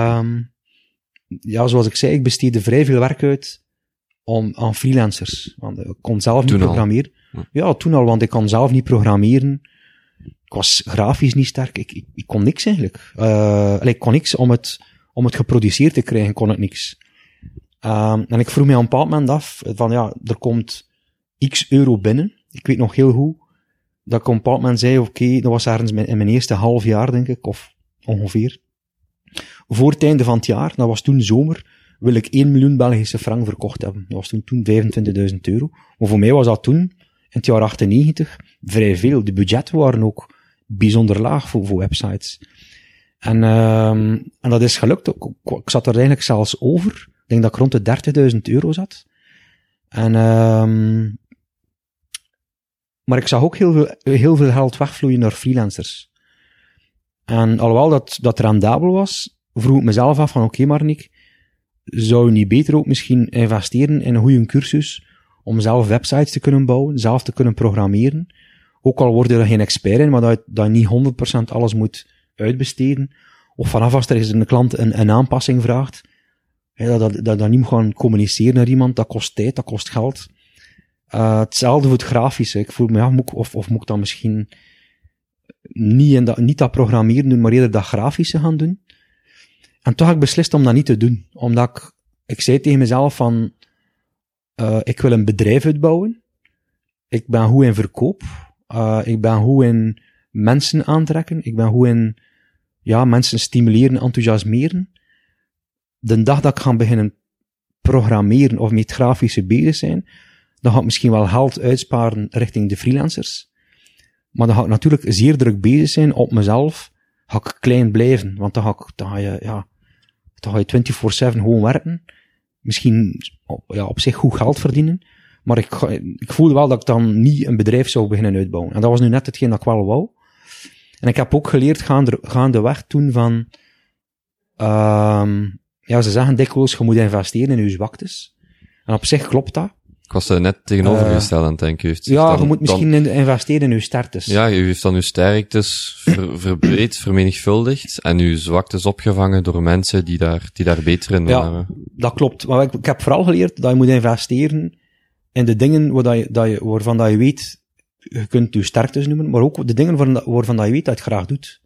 ja, zoals ik zei, ik besteedde vrij veel werk uit aan freelancers. Want ik kon zelf niet programmeren. Ja, toen al, want ik kon zelf niet programmeren. Ik was grafisch niet sterk. Ik kon niks eigenlijk. Ik kon niks om het geproduceerd te krijgen, kon ik niks. En ik vroeg mij op een bepaald moment af, van ja, er komt x euro binnen. Ik weet nog heel goed, dat ik op een bepaald moment zei, oké, dat was ergens in mijn eerste half jaar, denk ik, of ongeveer. Voor het einde van het jaar, dat was toen zomer, wil ik 1 miljoen Belgische frank verkocht hebben. Dat was toen 25.000 euro. Maar voor mij was dat toen, in het jaar 98, vrij veel. De budgetten waren ook bijzonder laag voor websites. En dat is gelukt. Ik zat er eigenlijk zelfs over. Ik denk dat ik rond de 30.000 euro zat. Maar ik zag ook heel veel geld wegvloeien naar freelancers. En alhoewel dat rendabel was, vroeg ik mezelf af van, oké, Marnik, zou je niet beter ook misschien investeren in een goede cursus om zelf websites te kunnen bouwen, zelf te kunnen programmeren. Ook al word je er geen expert in, maar dat je niet 100% alles moet uitbesteden. Of vanaf als er een klant een aanpassing vraagt, dat niet moet gaan communiceren naar iemand, dat kost tijd, dat kost geld. Hetzelfde voor het grafische. Ik voel me, ja, moet ik dan misschien niet dat programmeren doen, maar eerder dat grafische gaan doen. En toch heb ik beslist om dat niet te doen. Omdat ik zei tegen mezelf van, ik wil een bedrijf uitbouwen. Ik ben goed in verkoop. Ik ben goed in mensen aantrekken. Ik ben goed in, mensen stimuleren, enthousiasmeren. De dag dat ik ga beginnen programmeren of met grafische bezig zijn, dan ga ik misschien wel geld uitsparen richting de freelancers. Maar dan ga ik natuurlijk zeer druk bezig zijn op mezelf. Ga ik klein blijven, want dan ga je 24/7 gewoon werken. Misschien, op zich goed geld verdienen. Maar ik voelde wel dat ik dan niet een bedrijf zou beginnen uitbouwen. En dat was nu net hetgeen dat ik wel wou. En ik heb ook geleerd gaandeweg toen van, ze zeggen dikwijls, je moet investeren in je zwaktes. En op zich klopt dat. Ik was er net tegenovergesteld aan het denken. Je moet misschien investeren in je sterktes. Ja, u heeft dan uw sterktes verbreed, vermenigvuldigd, en uw zwaktes opgevangen door mensen die daar beter in waren. Ja, dat klopt. Maar ik heb vooral geleerd dat je moet investeren in de dingen waarvan dat je weet, je kunt je sterktes noemen, maar ook de dingen waarvan dat je weet dat je het graag doet.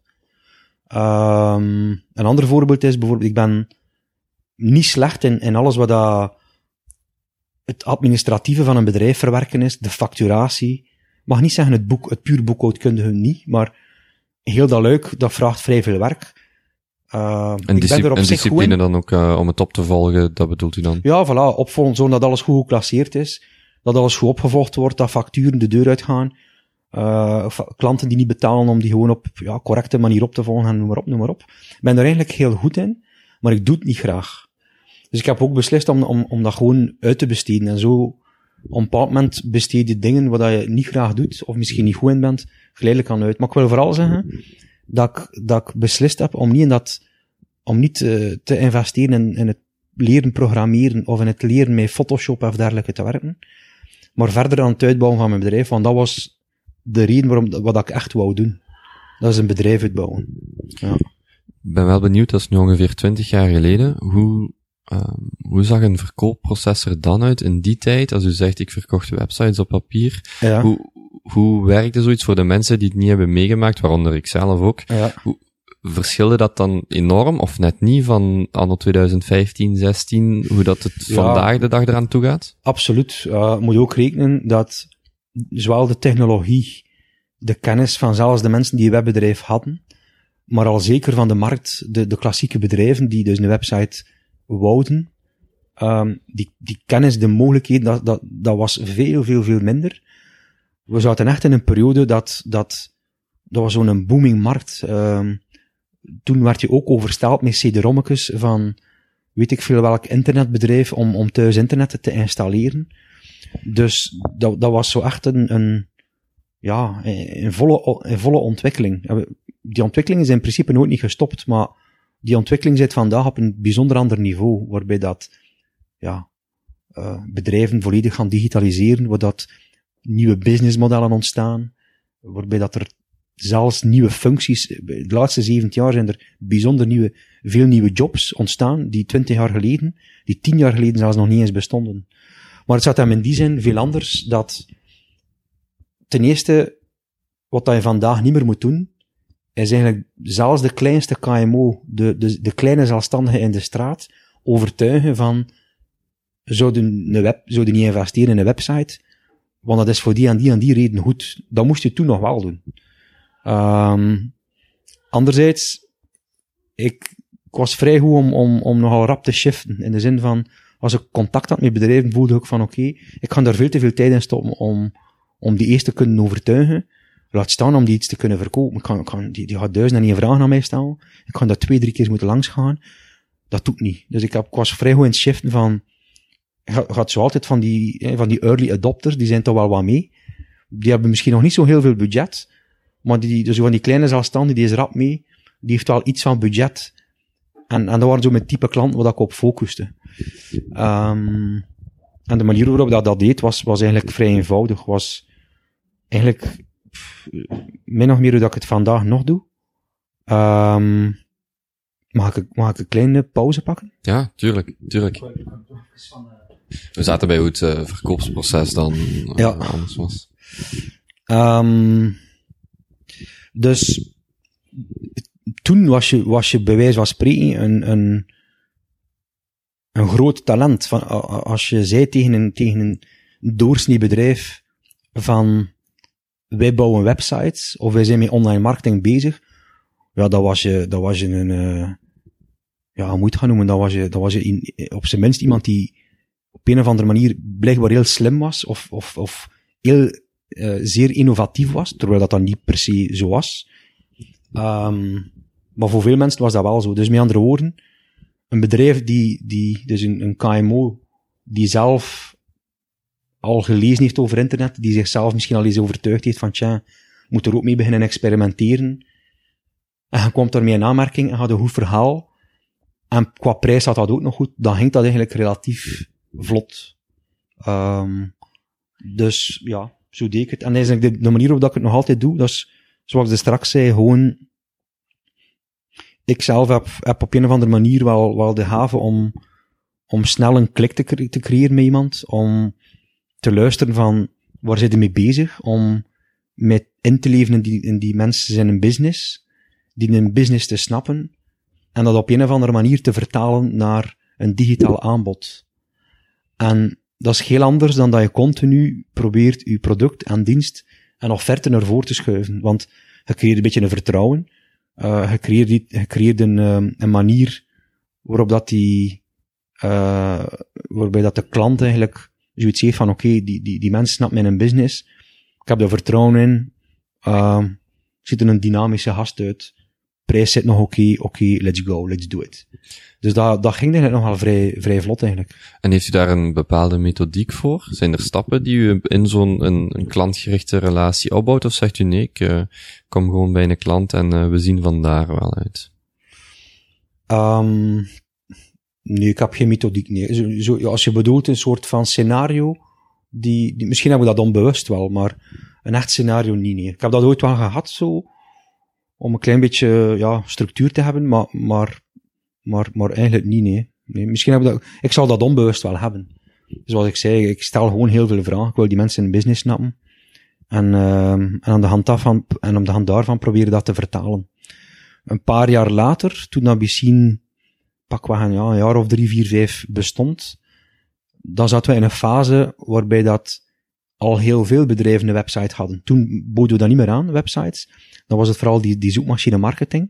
Een ander voorbeeld is bijvoorbeeld, ik ben niet slecht in alles wat dat het administratieve van een bedrijf verwerken is, de facturatie. Ik mag niet zeggen het puur boekhoudkundige niet, maar heel dat luik, dat vraagt vrij veel werk. En discipline dan ook, om het op te volgen, dat bedoelt u dan? Ja, voilà, opvolgen, zodat alles goed geclasseerd is, dat alles goed opgevolgd wordt, dat facturen de deur uitgaan, klanten die niet betalen om die gewoon op correcte manier op te volgen, en noem maar op. Ik ben er eigenlijk heel goed in, maar ik doe het niet graag. Dus ik heb ook beslist om dat gewoon uit te besteden. En zo, op een bepaald moment besteed je dingen wat je niet graag doet, of misschien niet goed in bent, geleidelijk aan uit. Maar ik wil vooral zeggen, dat ik beslist heb om niet te investeren in het leren programmeren, of in het leren met Photoshop of dergelijke te werken, maar verder aan het uitbouwen van mijn bedrijf, want dat was de reden wat ik echt wou doen. Dat is een bedrijf uitbouwen. Ja. Ik ben wel benieuwd, dat is nu ongeveer 20 jaar geleden, hoe zag een verkoopproces er dan uit in die tijd? Als u zegt, ik verkocht websites op papier. Ja. Hoe werkte zoiets voor de mensen die het niet hebben meegemaakt, waaronder ik zelf ook? Ja. Hoe verschilde dat dan enorm, of net niet, van anno 2015, 16, hoe dat het vandaag de dag eraan toe gaat? Absoluut. Moet je ook rekenen dat zowel de technologie, de kennis van zelfs de mensen die een webbedrijf hadden, maar al zeker van de markt, de klassieke bedrijven die dus een website wouden, die kennis, de mogelijkheden, dat was veel, veel, veel minder. We zaten echt in een periode dat was zo'n booming markt. Toen werd je ook oversteld met CD-rommetjes van, weet ik veel welk internetbedrijf, om thuis internet te installeren. Dus dat was zo echt een volle ontwikkeling. Die ontwikkeling is in principe nooit niet gestopt, maar die ontwikkeling zit vandaag op een bijzonder ander niveau, waarbij dat, bedrijven volledig gaan digitaliseren, waar dat nieuwe businessmodellen ontstaan, waarbij dat er zelfs nieuwe functies, de laatste 17 jaar zijn er bijzonder veel nieuwe jobs ontstaan, die 20 jaar geleden, die 10 jaar geleden zelfs nog niet eens bestonden. Maar het zat hem in die zin veel anders, dat ten eerste, wat dat je vandaag niet meer moet doen, is eigenlijk zelfs de kleinste KMO, de kleine zelfstandige in de straat, overtuigen van, zouden niet investeren in een website, want dat is voor die en die reden goed. Dat moest je toen nog wel doen. Anderzijds, ik was vrij goed om nogal rap te shiften, in de zin van, als ik contact had met bedrijven, voelde ik van oké, ik ga daar veel te veel tijd in stoppen om die eerst te kunnen overtuigen, laat staan om die iets te kunnen verkopen. Die gaat 1001 vragen aan mij stellen, ik ga dat 2-3 keer moeten langs gaan, dat doet niet. Dus ik was vrij goed in het shiften van, gaat zo altijd van die early adopters, die zijn toch wel wat mee, die hebben misschien nog niet zo heel veel budget, maar dus van die kleine zelfstandigen, die is rap mee, die heeft wel iets van budget, en dat waren zo mijn type klanten waar ik op focuste. En de manier waarop dat deed, was eigenlijk vrij eenvoudig. Was eigenlijk min of meer hoe dat ik het vandaag nog doe. Mag ik een kleine pauze pakken? Ja, tuurlijk. We zaten bij hoe het verkoopsproces dan anders was. Dus toen was je bij wijze van spreken een groot talent. Als je zei tegen een doorsnee bedrijf van wij bouwen websites of wij zijn met online marketing bezig, ja, dat was je een hoe moet je het gaan noemen, dat was je op zijn minst iemand die op een of andere manier blijkbaar heel slim was of heel zeer innovatief was, terwijl dat niet per se zo was. Maar voor veel mensen was dat wel zo. Dus met andere woorden, een bedrijf dus een KMO, die zelf al gelezen heeft over internet, die zichzelf misschien al eens overtuigd heeft van, moet er ook mee beginnen experimenteren. En je komt daarmee in aanmerking en gaat een goed verhaal. En qua prijs had dat ook nog goed. Dan ging dat eigenlijk relatief vlot. Dus ja, zo deed ik het. En eigenlijk de manier waarop ik het nog altijd doe, dat is, zoals ik straks zei, gewoon, ik zelf heb op een of andere manier wel de gave om snel een klik te creëren met iemand, om te luisteren van, waar zit je mee bezig, om met in te leven in die mensen zijn een business, die een business te snappen, en dat op een of andere manier te vertalen naar een digitaal aanbod. En dat is heel anders dan dat je continu probeert je product en dienst en offerte naar voren te schuiven. Want je creëert een beetje een vertrouwen. Je creëert een manier waarop waarbij dat de klant eigenlijk zoiets heeft van, oké, die mens snapt mijn business. Ik heb daar vertrouwen in. Ziet er een dynamische gast uit. Prijs zit nog oké, let's go, let's do it. Dus dat ging eigenlijk nog wel vrij vlot eigenlijk. En heeft u daar een bepaalde methodiek voor? Zijn er stappen die u in zo'n een klantgerichte relatie opbouwt? Of zegt u nee, ik kom gewoon bij een klant en we zien van daar wel uit? Nee, ik heb geen methodiek. Nee. Als je bedoelt een soort van scenario, die misschien hebben we dat onbewust wel, maar een echt scenario niet. Nee. Ik heb dat ooit wel gehad, zo, om een klein beetje structuur te hebben, maar eigenlijk niet, nee. Misschien heb ik zal dat onbewust wel hebben. Zoals ik zei, ik stel gewoon heel veel vragen. Ik wil die mensen in business snappen. En aan de hand daarvan proberen dat te vertalen. Een paar jaar later, toen dat misschien een jaar of 3, 4, 5 bestond, dan zaten we in een fase waarbij dat al heel veel bedrijven een website hadden. Toen boden we dat niet meer aan, websites. Dan was het vooral die zoekmachine marketing.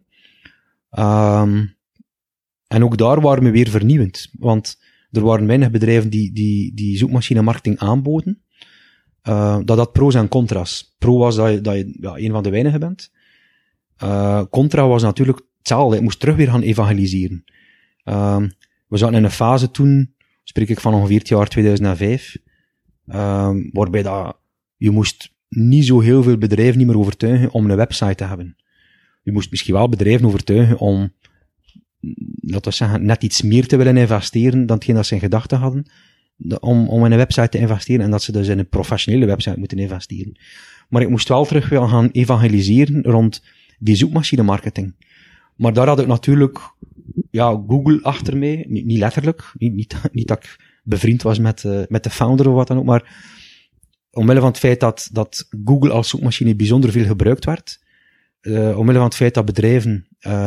En ook daar waren we weer vernieuwend. Want er waren weinig bedrijven die zoekmachine marketing aanboden. Dat had pro's en contra's. Pro was dat je een van de weinigen bent. Contra was natuurlijk hetzelfde. Ik moest terug weer gaan evangeliseren. We zaten in een fase toen, spreek ik van ongeveer het jaar 2005, waarbij je moest niet zo heel veel bedrijven niet meer overtuigen om een website te hebben. Je moest misschien wel bedrijven overtuigen om, laten we zeggen, net iets meer te willen investeren dan hetgeen dat ze in gedachten hadden, om in een website te investeren en dat ze dus in een professionele website moeten investeren. Maar ik moest wel terug wel gaan evangeliseren rond die zoekmachine marketing. Maar daar had ik natuurlijk Google achter mij, niet letterlijk, niet dat ik bevriend was met de founder of wat dan ook, maar omwille van het feit dat Google als zoekmachine bijzonder veel gebruikt werd, omwille van het feit dat bedrijven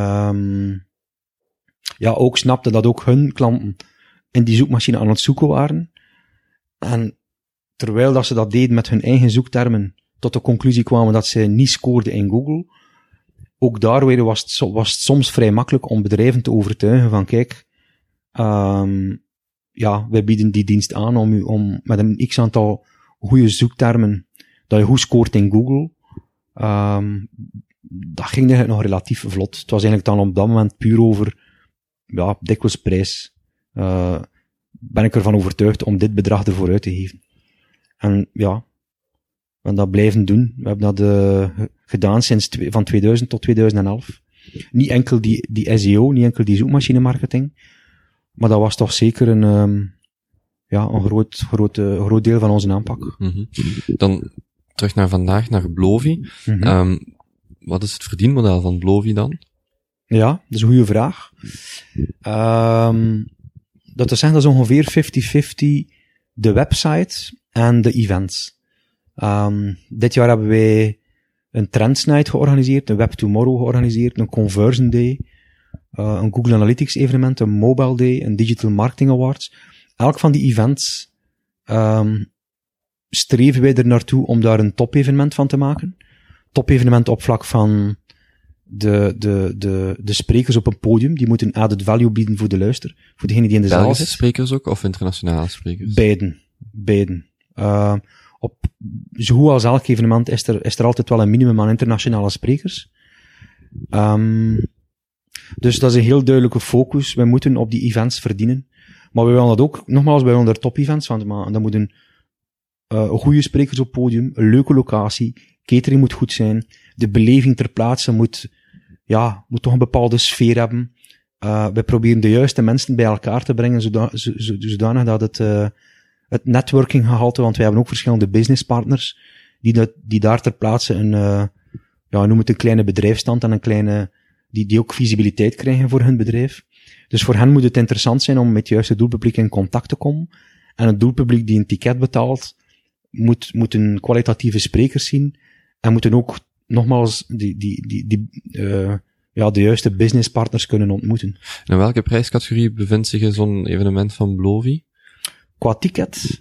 ook snapten dat ook hun klanten in die zoekmachine aan het zoeken waren. En terwijl dat ze dat deden met hun eigen zoektermen, tot de conclusie kwamen dat ze niet scoorden in Google, ook daar weer was het soms vrij makkelijk om bedrijven te overtuigen van, kijk, wij bieden die dienst aan om met een x-aantal goede zoektermen, dat je goed scoort in Google. Dat ging eigenlijk nog relatief vlot. Het was eigenlijk dan op dat moment puur over, dikwijls prijs. Ben ik ervan overtuigd om dit bedrag ervoor uit te geven. En we hebben dat blijven doen. We hebben dat gedaan van 2000 tot 2011. Niet enkel die SEO, niet enkel die zoekmachine marketing. Maar dat was toch zeker een groot deel van onze aanpak. Mm-hmm. Dan terug naar vandaag, naar Blovy. Wat is het verdienmodel van Blovy dan? Ja, dat is een goede vraag. Dat te zeggen, dat is ongeveer 50-50 de website en de events. Dit jaar hebben wij een Trends Night georganiseerd, een Web Tomorrow georganiseerd, een Conversion Day, een Google Analytics evenement, een Mobile Day, een Digital Marketing Awards. Elk van die events streven wij er naartoe om daar een top-evenement van te maken. Top-evenement op vlak van de sprekers op een podium, die moeten added value bieden voor de luister, voor degene die in de zaal zit. Belgische sprekers ook, of internationale sprekers? Beiden. Op zo goed als elk evenement is er altijd wel een minimum aan internationale sprekers. Dus dat is een heel duidelijke focus. Wij moeten op die events verdienen. Maar we willen dat ook, nogmaals, wij willen er top-events van maken. Dan moeten goede sprekers op podium, een leuke locatie, catering moet goed zijn, de beleving ter plaatse moet toch een bepaalde sfeer hebben. Wij proberen de juiste mensen bij elkaar te brengen, zodanig dat het networking-gehalte, want wij hebben ook verschillende businesspartners, die daar ter plaatse noem het een kleine bedrijfsstand en die ook visibiliteit krijgen voor hun bedrijf. Dus voor hen moet het interessant zijn om met het juiste doelpubliek in contact te komen. En het doelpubliek die een ticket betaalt, moet een kwalitatieve sprekers zien en moeten ook nogmaals de juiste businesspartners kunnen ontmoeten. En in welke prijscategorie bevindt zich zo'n evenement van Blovy? Qua ticket,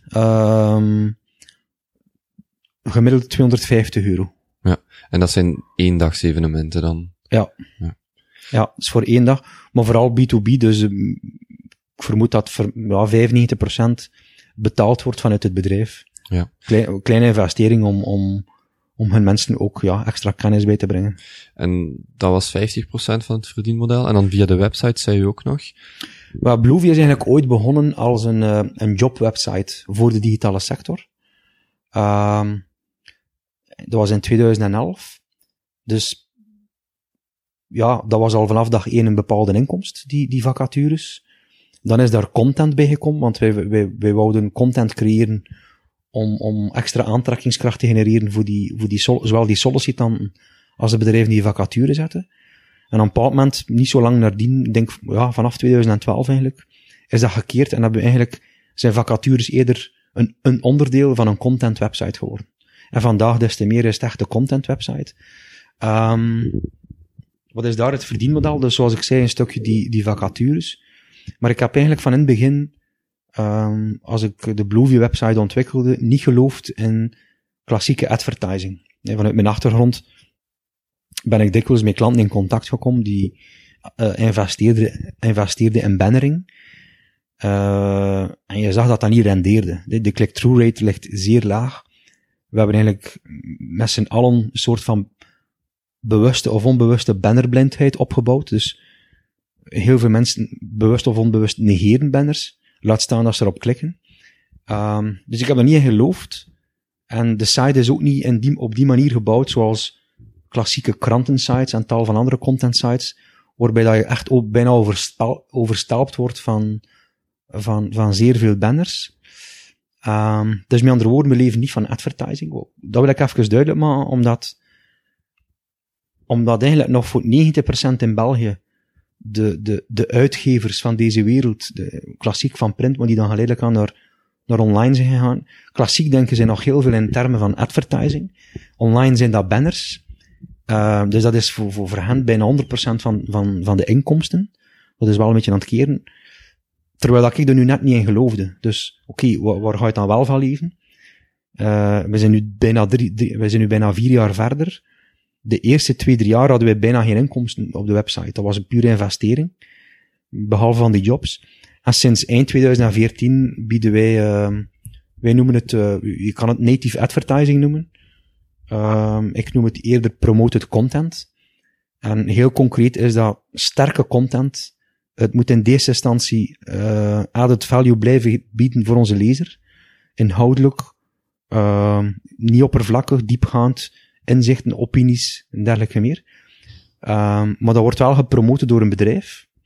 gemiddeld €250. Ja, en dat zijn eendagsevenementen dan? Ja, dat is voor 1 dag, maar vooral B2B, dus ik vermoed dat 95% betaald wordt vanuit het bedrijf. Ja. Kleine investering om hun mensen ook extra kennis bij te brengen. En dat was 50% van het verdienmodel, en dan via de website zei u ook nog? Blovy is eigenlijk ooit begonnen als een jobwebsite voor de digitale sector. Dat was in 2011. Dus dat was al vanaf dag 1 een bepaalde inkomst, die vacatures. Dan is daar content bij gekomen, want wij wouden content creëren om extra aantrekkingskracht te genereren voor zowel die sollicitanten als de bedrijven die vacature zetten. En op een bepaald moment, niet zo lang nadien, ik denk vanaf 2012 eigenlijk, is dat gekeerd en hebben we eigenlijk zijn vacatures eerder een onderdeel van een content website geworden. En vandaag des te meer is het echt de content website. Wat is daar het verdienmodel? Dus zoals ik zei, een stukje die vacatures. Maar ik heb eigenlijk van in het begin, als ik de Blovy website ontwikkelde, niet geloofd in klassieke advertising. Vanuit mijn achtergrond ben ik dikwijls met klanten in contact gekomen die investeerden in bannering. En je zag dat niet rendeerde. De click-through rate ligt zeer laag. We hebben eigenlijk met z'n allen een soort van bewuste of onbewuste bannerblindheid opgebouwd. Dus heel veel mensen, bewust of onbewust, negeren banners. Laat staan dat ze erop klikken. Dus ik heb er niet in geloofd. En de site is ook niet op die manier gebouwd zoals klassieke krantensites en tal van andere content sites, waarbij dat je echt ook bijna overstelpt wordt van zeer veel banners. Dus met andere woorden, we leven niet van advertising. Dat wil ik even duidelijk maken, omdat eigenlijk nog voor 90% in België de uitgevers van deze wereld, de klassiek van print, maar die dan geleidelijk aan naar online zijn gegaan. Klassiek denken ze nog heel veel in termen van advertising. Online zijn dat banners. Dus dat is voor hen bijna 100% van de inkomsten. Dat is wel een beetje aan het keren. Terwijl dat ik er nu net niet in geloofde. Dus, oké, waar ga je het dan wel van leven? We zijn nu bijna 4 jaar verder. De eerste 2-3 jaar hadden wij bijna geen inkomsten op de website. Dat was een pure investering. Behalve van die jobs. En sinds eind 2014 bieden wij noemen het, je kan het native advertising noemen. Ik noem het eerder promoted content. En heel concreet is dat sterke content. Het moet in deze instantie added value blijven bieden voor onze lezer. Inhoudelijk, niet oppervlakkig, diepgaand, inzichten, opinies en dergelijke meer. Maar dat wordt wel gepromoot door een bedrijf.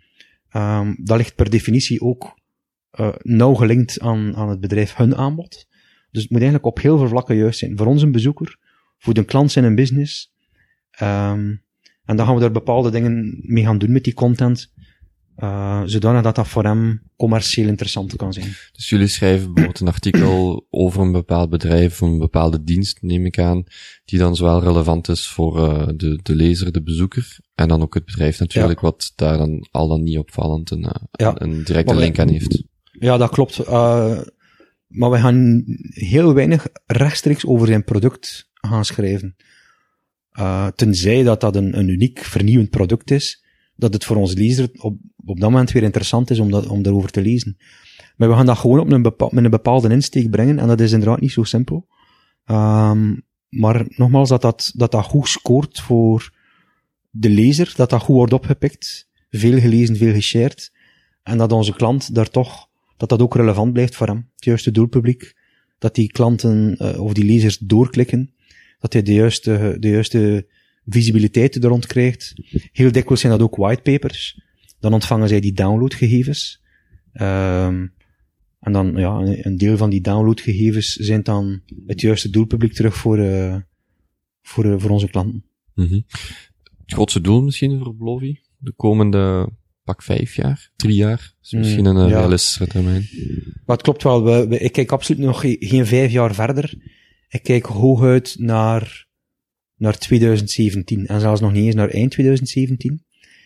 Dat ligt per definitie ook nauw gelinkt aan het bedrijf hun aanbod. Dus het moet eigenlijk op heel veel vlakken juist zijn. Voor ons een bezoeker, voor de klant in een business. En dan gaan we daar bepaalde dingen mee gaan doen met die content, zodanig dat voor hem commercieel interessant kan zijn. Dus jullie schrijven bijvoorbeeld een artikel over een bepaald bedrijf, of een bepaalde dienst, neem ik aan, die dan zowel relevant is voor de lezer, de bezoeker, en dan ook het bedrijf natuurlijk, wat daar dan al dan niet opvallend een directe link aan heeft. Ja, dat klopt. Maar we gaan heel weinig rechtstreeks over zijn product gaan schrijven. Tenzij dat een uniek, vernieuwend product is, dat het voor ons lezer op dat moment weer interessant is om daarover te lezen. Maar we gaan dat gewoon met een bepaalde insteek brengen, en dat is inderdaad niet zo simpel. Maar nogmaals, dat goed scoort voor de lezer, dat goed wordt opgepikt, veel gelezen, veel geshared, en dat onze klant daar toch, dat ook relevant blijft voor hem. Het juiste doelpubliek, dat die klanten of die lezers doorklikken, dat hij de juiste visibiliteit er rond krijgt. Heel dikwijls zijn dat ook whitepapers. Dan ontvangen zij die downloadgegevens. En dan, een deel van die downloadgegevens zijn dan het juiste doelpubliek terug voor onze klanten. Mm-hmm. Het grootste doel misschien voor Blovie? De komende 5 jaar? 3 jaar? Is misschien een realistische termijn. Maar het klopt wel. Ik kijk absoluut nog geen 5 jaar verder. Ik kijk hooguit naar 2017. En zelfs nog niet eens naar eind 2017.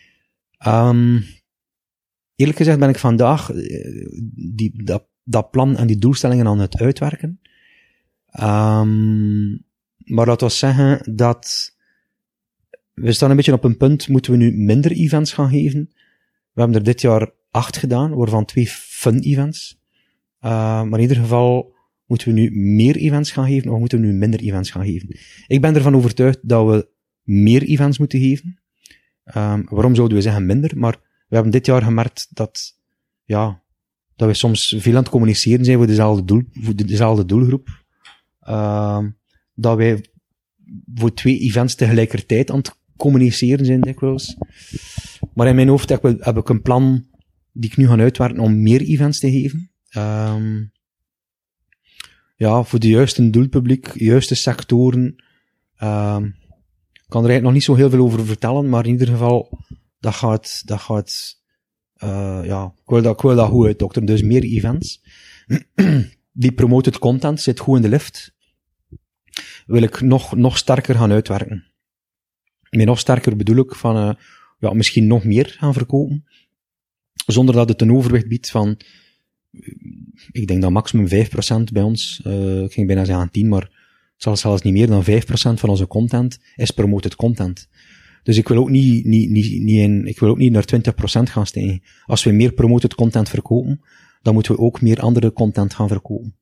Eerlijk gezegd ben ik vandaag dat plan en die doelstellingen aan het uitwerken. Maar dat wil zeggen dat we staan een beetje op een punt, moeten we nu minder events gaan geven. We hebben er dit jaar 8 gedaan, waarvan 2 fun events. Maar in ieder geval moeten we nu meer events gaan geven, of moeten we nu minder events gaan geven? Ik ben ervan overtuigd dat we meer events moeten geven. Waarom zouden we zeggen minder? Maar we hebben dit jaar gemerkt dat we soms veel aan het communiceren zijn voor dezelfde doelgroep. Dat wij voor 2 events tegelijkertijd aan het communiceren zijn dikwijls. Maar in mijn hoofd heb ik een plan die ik nu ga uitwerken om meer events te geven. Voor de juiste doelpubliek, juiste sectoren. Ik kan er eigenlijk nog niet zo heel veel over vertellen, maar in ieder geval, ik wil dat goed uitdokteren. Dus meer events. Die promoted content zit goed in de lift. Wil ik nog sterker gaan uitwerken. Met nog sterker bedoel ik van, misschien nog meer gaan verkopen. Zonder dat het een overwicht biedt van, ik denk dat maximum 5% bij ons, ik ging bijna zeggen 10, maar het zal zelfs niet meer dan 5% van onze content is promoted content. Dus ik wil ook niet naar 20% gaan stijgen. Als we meer promoted content verkopen, dan moeten we ook meer andere content gaan verkopen.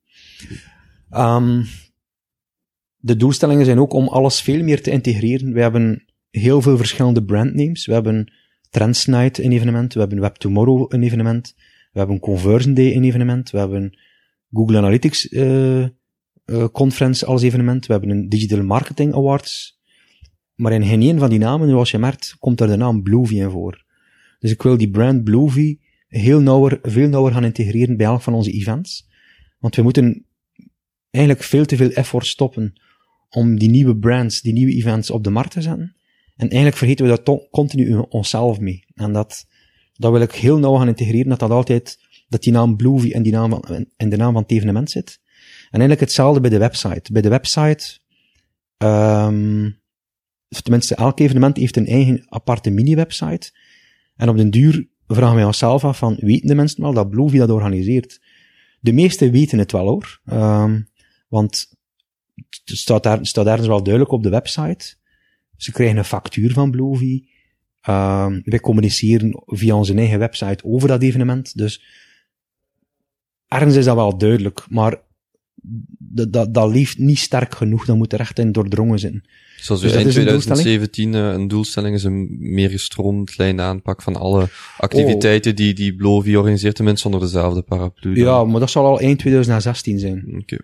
De doelstellingen zijn ook om alles veel meer te integreren. We hebben heel veel verschillende brandnames. We hebben Trends Night een evenement, we hebben Web Tomorrow een evenement, we hebben Conversion Day een evenement, we hebben Google Analytics Conference als evenement, we hebben een Digital Marketing Awards. Maar in geen een van die namen, zoals je merkt, komt er de naam Blovie in voor. Dus ik wil die brand Blovie veel nauwer gaan integreren bij elk van onze events. Want we moeten eigenlijk veel te veel effort stoppen om die nieuwe brands, die nieuwe events op de markt te zetten. En eigenlijk vergeten we daar continu onszelf mee. En dat wil ik heel nauw gaan integreren, dat die naam Blovie en de naam van het evenement zit. En eigenlijk hetzelfde bij de website. Bij de website, tenminste, elk evenement heeft een eigen aparte mini-website. En op den duur vragen wij onszelf af van, weten de mensen wel dat Blovie dat organiseert? De meesten weten het wel hoor. Want het staat ergens wel duidelijk op de website. Ze krijgen een factuur van Blovie. Wij communiceren via onze eigen website over dat evenement. Dus ergens is dat wel duidelijk. Maar dat leeft niet sterk genoeg. Dat moet er echt in doordrongen zijn. Zoals dus in 2017 een doelstelling is een meer gestroomlijnde aanpak van alle activiteiten die Blovie organiseert, tenminste onder dezelfde paraplu. Ja, maar dat zal al eind 2016 zijn. Oké.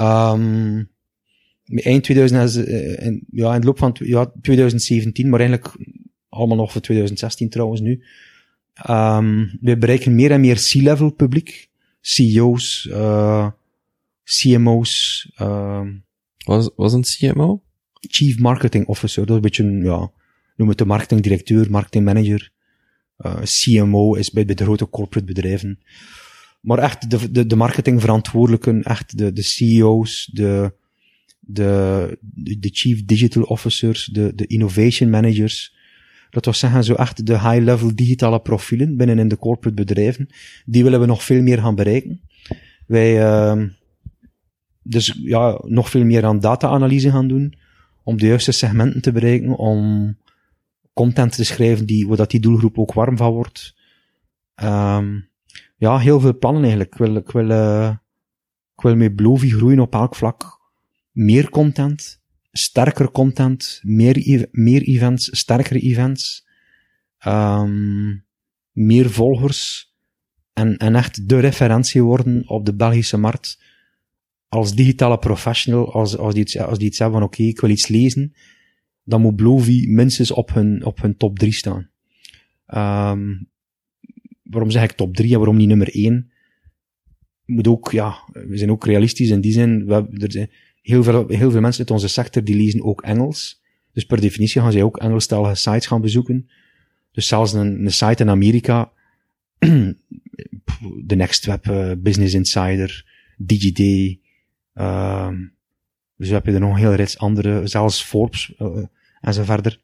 Eind 2016, in het loop van 2017, maar eigenlijk allemaal nog voor 2016 trouwens nu, We bereiken meer en meer C-level publiek. CEO's, CMO's, Wat is een CMO? Chief Marketing Officer. Dat is een beetje, noem het de marketingdirecteur, marketingmanager. CMO is bij de grote corporate bedrijven. Maar echt de marketingverantwoordelijken, echt de CEO's, de Chief Digital Officers, de Innovation Managers. Dat wil zeggen, zo echt de high-level digitale profielen binnen in de corporate bedrijven. Die willen we nog veel meer gaan bereiken. Wij, dus ja, nog veel meer aan data-analyse gaan doen. Om de juiste segmenten te bereiken. Om content te schrijven waar dat die doelgroep ook warm van wordt. Ja, heel veel plannen eigenlijk. Ik wil met Blovie groeien op elk vlak. Meer content, sterker content, meer events, sterkere events, meer volgers en echt de referentie worden op de Belgische markt als digitale professional, als die iets hebben van oké, ik wil iets lezen, dan moet Blovie minstens op hun top 3 staan. Waarom zeg ik top 3 en waarom niet nummer 1? Moet ook, we zijn ook realistisch in die zin, er zijn heel veel mensen uit onze sector die lezen ook Engels. Dus per definitie gaan zij ook Engelstalige sites gaan bezoeken. Dus zelfs een site in Amerika, de Next Web, Business Insider, DigiDay, dus heb je er nog een heel rits andere, zelfs Forbes, en zo verder.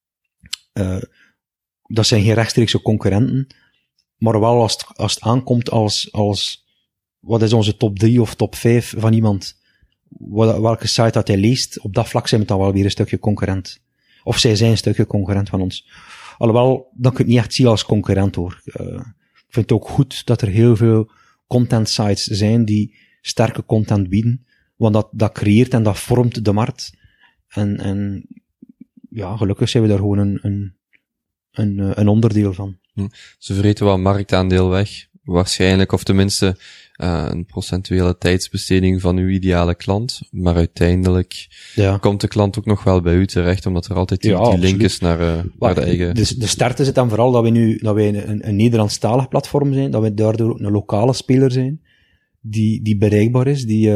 Dat zijn geen rechtstreekse concurrenten, maar wel als het aankomt als wat is onze top 3 of top 5 van iemand, welke site dat hij leest, op dat vlak zijn we dan wel weer een stukje concurrent. Of zij zijn een stukje concurrent van ons. Alhoewel, dat kun je niet echt zien als concurrent hoor. Ik vind het ook goed dat er heel veel content sites zijn die sterke content bieden, want dat creëert en dat vormt de markt. En ja, gelukkig zijn we daar gewoon een onderdeel van. Ze vreten wel marktaandeel weg, waarschijnlijk, of tenminste een procentuele tijdsbesteding van uw ideale klant, maar uiteindelijk komt de klant ook nog wel bij u terecht, omdat er altijd die link is naar de eigen... De start is het dan vooral dat wij een Nederlandstalig platform zijn, dat wij daardoor ook een lokale speler zijn, die bereikbaar is, ik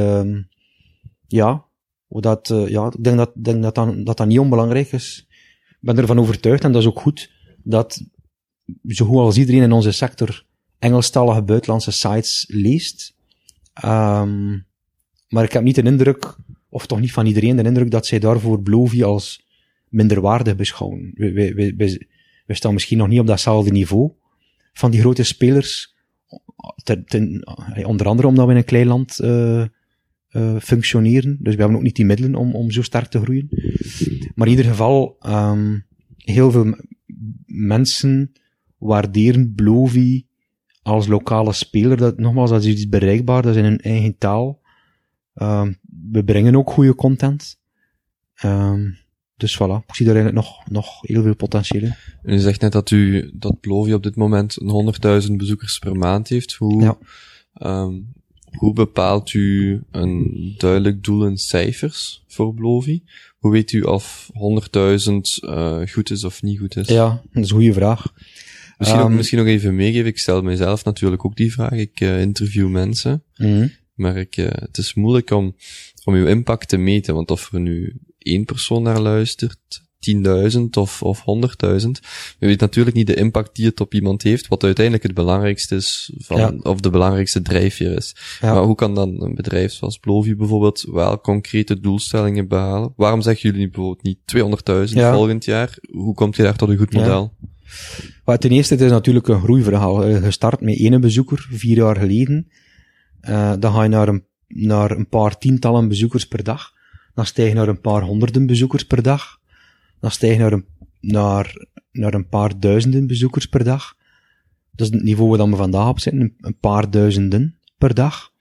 denk dat niet onbelangrijk is. Ik ben ervan overtuigd, en dat is ook goed, dat zo goed als iedereen in onze sector Engelstalige buitenlandse sites leest. Maar ik heb niet de indruk, of toch niet van iedereen, de indruk dat zij daarvoor Blovie als minderwaardig beschouwen. We staan misschien nog niet op datzelfde niveau van die grote spelers. Onder andere omdat we in een klein land functioneren. Dus we hebben ook niet die middelen om zo sterk te groeien. Maar in ieder geval, heel veel mensen waarderen Blovie als lokale speler. Dat is iets bereikbaar, dat is in hun eigen taal. We brengen ook goede content. Dus voilà, ik zie daar eigenlijk nog heel veel potentieel in. U zegt net dat Blovie op dit moment 100.000 bezoekers per maand heeft. Hoe bepaalt u een duidelijk doel in cijfers voor Blovie? Hoe weet u of 100.000 goed is of niet goed is? Ja, dat is een goede vraag. Misschien nog even meegeven. Ik stel mijzelf natuurlijk ook die vraag. Ik interview mensen. Maar het is moeilijk om uw impact te meten. Want of er nu 1 persoon naar luistert, 10.000 of 100.000. Je weet natuurlijk niet de impact die het op iemand heeft, wat uiteindelijk het belangrijkste is, of de belangrijkste drijfveer is. Ja. Maar hoe kan dan een bedrijf zoals Blovie bijvoorbeeld wel concrete doelstellingen behalen? Waarom zeggen jullie bijvoorbeeld niet 200.000 volgend jaar? Hoe komt je daar tot een goed model? Maar ten eerste, het is natuurlijk een groeiverhaal. Gestart met 1 bezoeker, 4 jaar geleden. Dan ga je naar een paar tientallen bezoekers per dag. Dan stijg je naar een paar honderden bezoekers per dag. Dan stijg je naar een paar duizenden bezoekers per dag. Dat is het niveau waar we vandaag op zitten. Een paar duizenden per dag.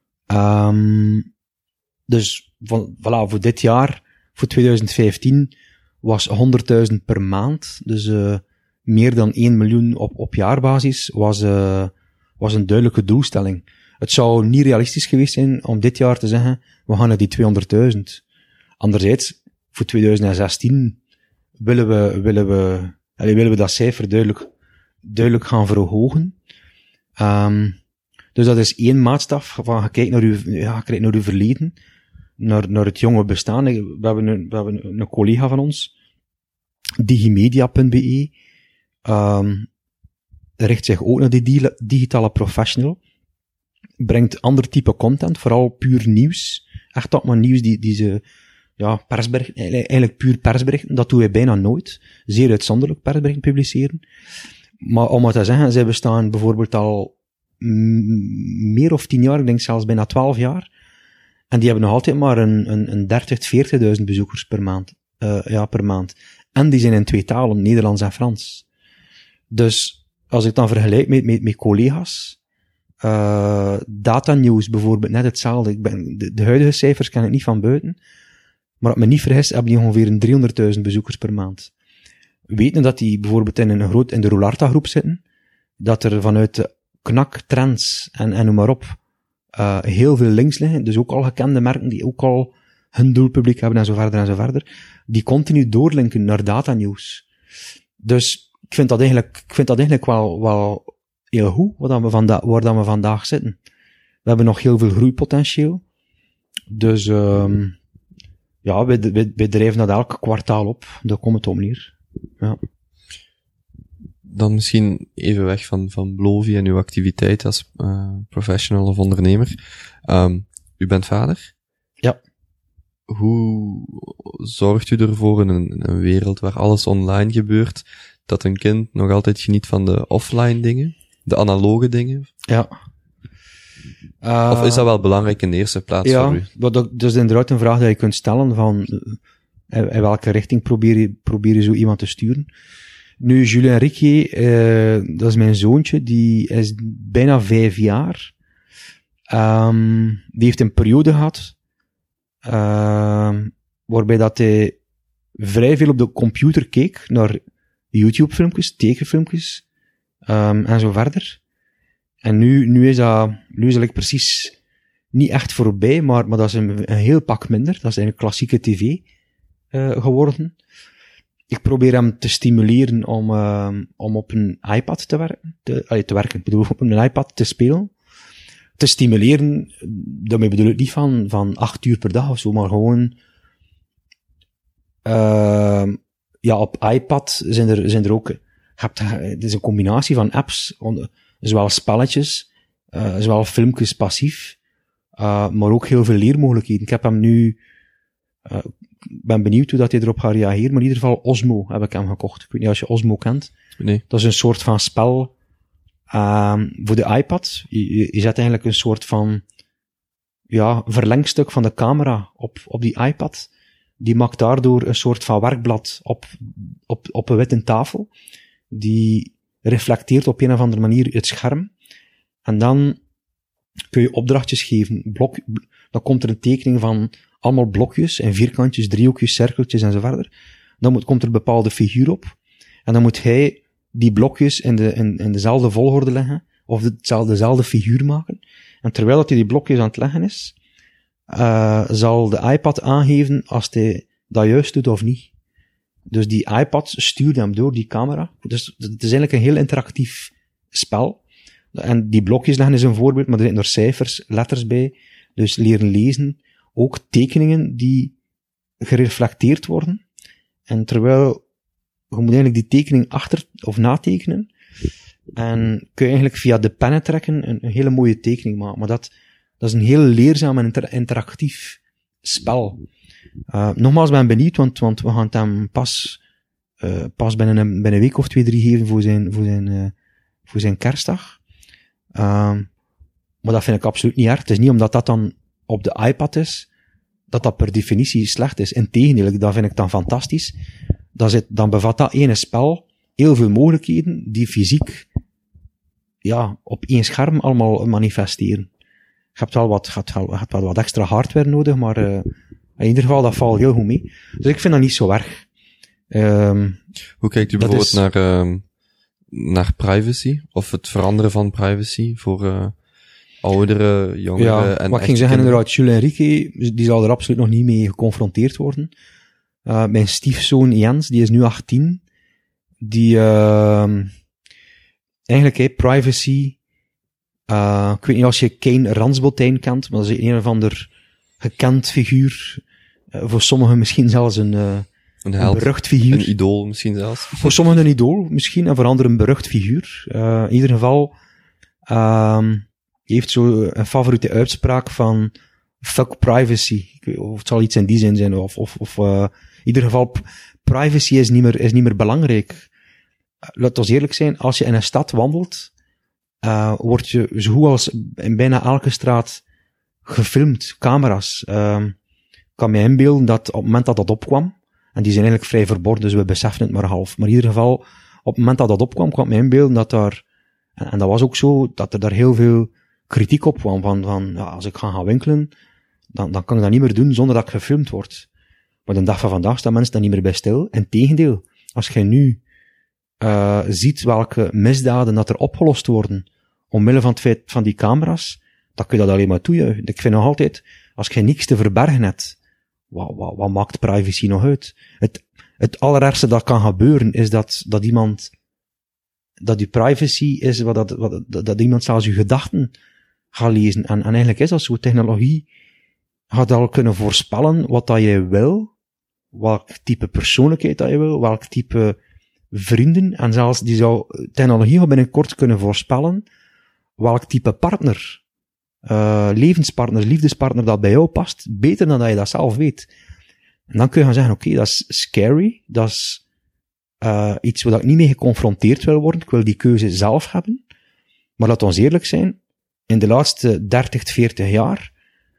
Dus voilà, voor dit jaar, voor 2015, was 100.000 per maand. Dus meer dan 1 miljoen op jaarbasis was een duidelijke doelstelling. Het zou niet realistisch geweest zijn om dit jaar te zeggen, we gaan naar die 200.000. Anderzijds, voor 2016 willen we dat cijfer duidelijk duidelijk gaan verhogen. Dus dat is één maatstaf van, je kijkt naar uw verleden, naar het jonge bestaan. We hebben een collega van ons, digimedia.be, richt zich ook naar die digitale professional, brengt ander type content, vooral puur nieuws, echt dat maar nieuws die ze, persberichten, eigenlijk puur persberichten, dat doen wij bijna nooit, zeer uitzonderlijk persberichten publiceren. Maar om het te zeggen, zij bestaan bijvoorbeeld al meer of 10 jaar, ik denk zelfs bijna 12 jaar, en die hebben nog altijd maar een 30.000, 40.000 bezoekers per maand. En die zijn in 2 talen, Nederlands en Frans. Dus, als ik dan vergelijk met collega's, datanews bijvoorbeeld, net hetzelfde. De huidige cijfers ken ik niet van buiten, maar als ik me niet vergis, hebben die ongeveer 300.000 bezoekers per maand. Weten dat die bijvoorbeeld in de Roularta groep zitten, dat er vanuit de Knak, Trends en noem maar op, heel veel links liggen, dus ook al gekende merken die ook al hun doelpubliek hebben en zo verder, die continu doorlinken naar datanews. Dus ik vind dat eigenlijk wel heel goed, waar we vandaag zitten. We hebben nog heel veel groeipotentieel. Dus, wij drijven dat elk kwartaal op. Daar komt het om neer. Ja. Dan misschien even weg van Blovie en uw activiteit als professional of ondernemer. U bent vader? Ja. Hoe zorgt u ervoor in een wereld waar alles online gebeurt, dat een kind nog altijd geniet van de offline dingen, de analoge dingen? Ja. Of is dat wel belangrijk in de eerste plaats voor u? Ja, dat is inderdaad een vraag die je kunt stellen van, in welke richting probeer je zo iemand te sturen? Nu, Julien Riquier, dat is mijn zoontje, die is bijna 5 jaar. Die heeft een periode gehad, waarbij dat hij vrij veel op de computer keek naar YouTube-filmpjes, tekenfilmpjes, en zo verder. En nu is dat precies niet echt voorbij, maar dat is een heel pak minder. Dat is eigenlijk klassieke tv geworden. Ik probeer hem te stimuleren om op een iPad te werken. Ik bedoel, op een iPad te spelen. Te stimuleren, daarmee bedoel ik niet van 8 uur per dag of zo, maar gewoon, op iPad zijn er ook, het is een combinatie van apps, zowel spelletjes, zowel filmpjes passief, maar ook heel veel leermogelijkheden. Ik heb hem nu, ben benieuwd hoe dat hij erop gaat reageren, maar in ieder geval Osmo heb ik hem gekocht. Ik weet niet als je Osmo kent. Nee. Dat is een soort van spel voor de iPad. Je zet eigenlijk een soort van verlengstuk van de camera op die iPad. Die maakt daardoor een soort van werkblad op een witte tafel. Die reflecteert op een of andere manier het scherm. En dan kun je opdrachtjes geven. Dan komt er een tekening van allemaal blokjes en vierkantjes, driehoekjes, cirkeltjes en zo verder. Dan komt er een bepaalde figuur op. En dan moet hij die blokjes in dezelfde volgorde leggen, of dezelfde figuur maken. En terwijl dat hij die blokjes aan het leggen is, zal de iPad aangeven als hij dat juist doet of niet. Dus die iPad stuurt hem door die camera. Dus het is eigenlijk een heel interactief spel. En die blokjes leggen is een voorbeeld, maar er zitten er cijfers, letters bij. Dus leren lezen. Ook tekeningen die gereflecteerd worden. En terwijl je moet eigenlijk die tekening achter of natekenen. En kun je eigenlijk via de pennen trekken een hele mooie tekening maken. Maar dat is een heel leerzaam en interactief spel. Nogmaals, ben benieuwd, want we gaan het hem pas binnen een week of 2, 3 geven voor zijn kerstdag. Maar dat vind ik absoluut niet erg. Het is niet omdat dat dan op de iPad is, dat per definitie slecht is. Integendeel, dat vind ik dan fantastisch. Dan bevat dat ene spel heel veel mogelijkheden die fysiek op één scherm allemaal manifesteren. Je hebt wel wat extra hardware nodig, maar in ieder geval, dat valt heel goed mee. Dus ik vind dat niet zo erg. Hoe kijkt u bijvoorbeeld naar privacy? Of het veranderen van privacy voor ouderen, jongeren en wat ik ging zeggen, inderdaad, Jules Enrique, die zal er absoluut nog niet mee geconfronteerd worden. Mijn stiefzoon Jens, die is nu 18, die eigenlijk, privacy, ik weet niet als je Kane Ransbotijn kent, maar dat is een of ander gekend figuur, voor sommigen misschien zelfs een berucht figuur. Een idool misschien zelfs. Voor sommigen een idool misschien, en voor anderen een berucht figuur. In ieder geval, heeft zo een favoriete uitspraak van fuck privacy. Of het zal iets in die zin zijn, of in ieder geval, privacy is niet meer belangrijk. Laat ons eerlijk zijn, als je in een stad wandelt, word je zo goed als in bijna elke straat gefilmd, camera's. Ik kan me inbeelden dat op het moment dat opkwam, en die zijn eigenlijk vrij verborgen, dus we beseffen het maar half, maar in ieder geval, op het moment dat opkwam, kwam me inbeelden dat daar, en dat was ook zo, dat er daar heel veel kritiek op kwam, van ja, als ik gaan winkelen, dan kan ik dat niet meer doen zonder dat ik gefilmd word. Maar de dag van vandaag staan mensen daar niet meer bij stil. Integendeel, als je nu ziet welke misdaden dat er opgelost worden, omwille van het feit van die camera's, dan kun je dat alleen maar toejuichen. Ik vind nog altijd, als je niks te verbergen hebt, wat maakt privacy nog uit? Het allerergste dat kan gebeuren, is dat iemand, dat die privacy is, dat iemand zelfs je gedachten gaat lezen. En eigenlijk is dat zo, technologie gaat al kunnen voorspellen wat dat jij wil, welk type persoonlijkheid dat je wil, welk type vrienden, en zelfs technologie gaat binnenkort kunnen voorspellen welk type partner, levenspartner, liefdespartner dat bij jou past, beter dan dat je dat zelf weet. En dan kun je gaan zeggen, oké, dat is scary, dat is iets waar ik niet mee geconfronteerd wil worden, ik wil die keuze zelf hebben, maar laat ons eerlijk zijn, in de laatste 30, 40 jaar,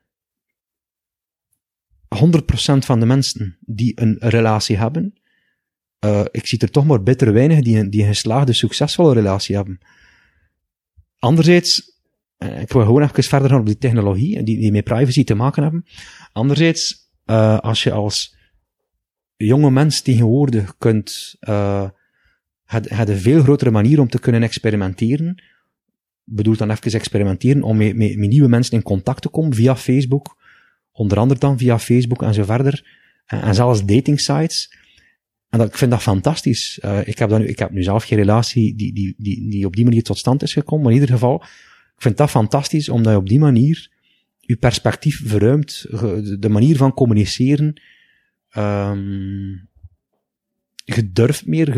100% van de mensen die een relatie hebben, ik zie er toch maar bitter weinig die een geslaagde, succesvolle relatie hebben. Anderzijds, ik wil gewoon even verder gaan op die technologie, die met privacy te maken hebben. Anderzijds, als je als jonge mens tegenwoordig kunt, had een veel grotere manier om te kunnen experimenteren. Bedoel dan even experimenteren, om met nieuwe mensen in contact te komen via Facebook, onder andere dan via Facebook en zo verder, en zelfs dating sites. En ik vind dat fantastisch. Ik heb nu zelf geen relatie die op die manier tot stand is gekomen, maar in ieder geval, ik vind dat fantastisch, omdat je op die manier je perspectief verruimt, de manier van communiceren, je durft meer,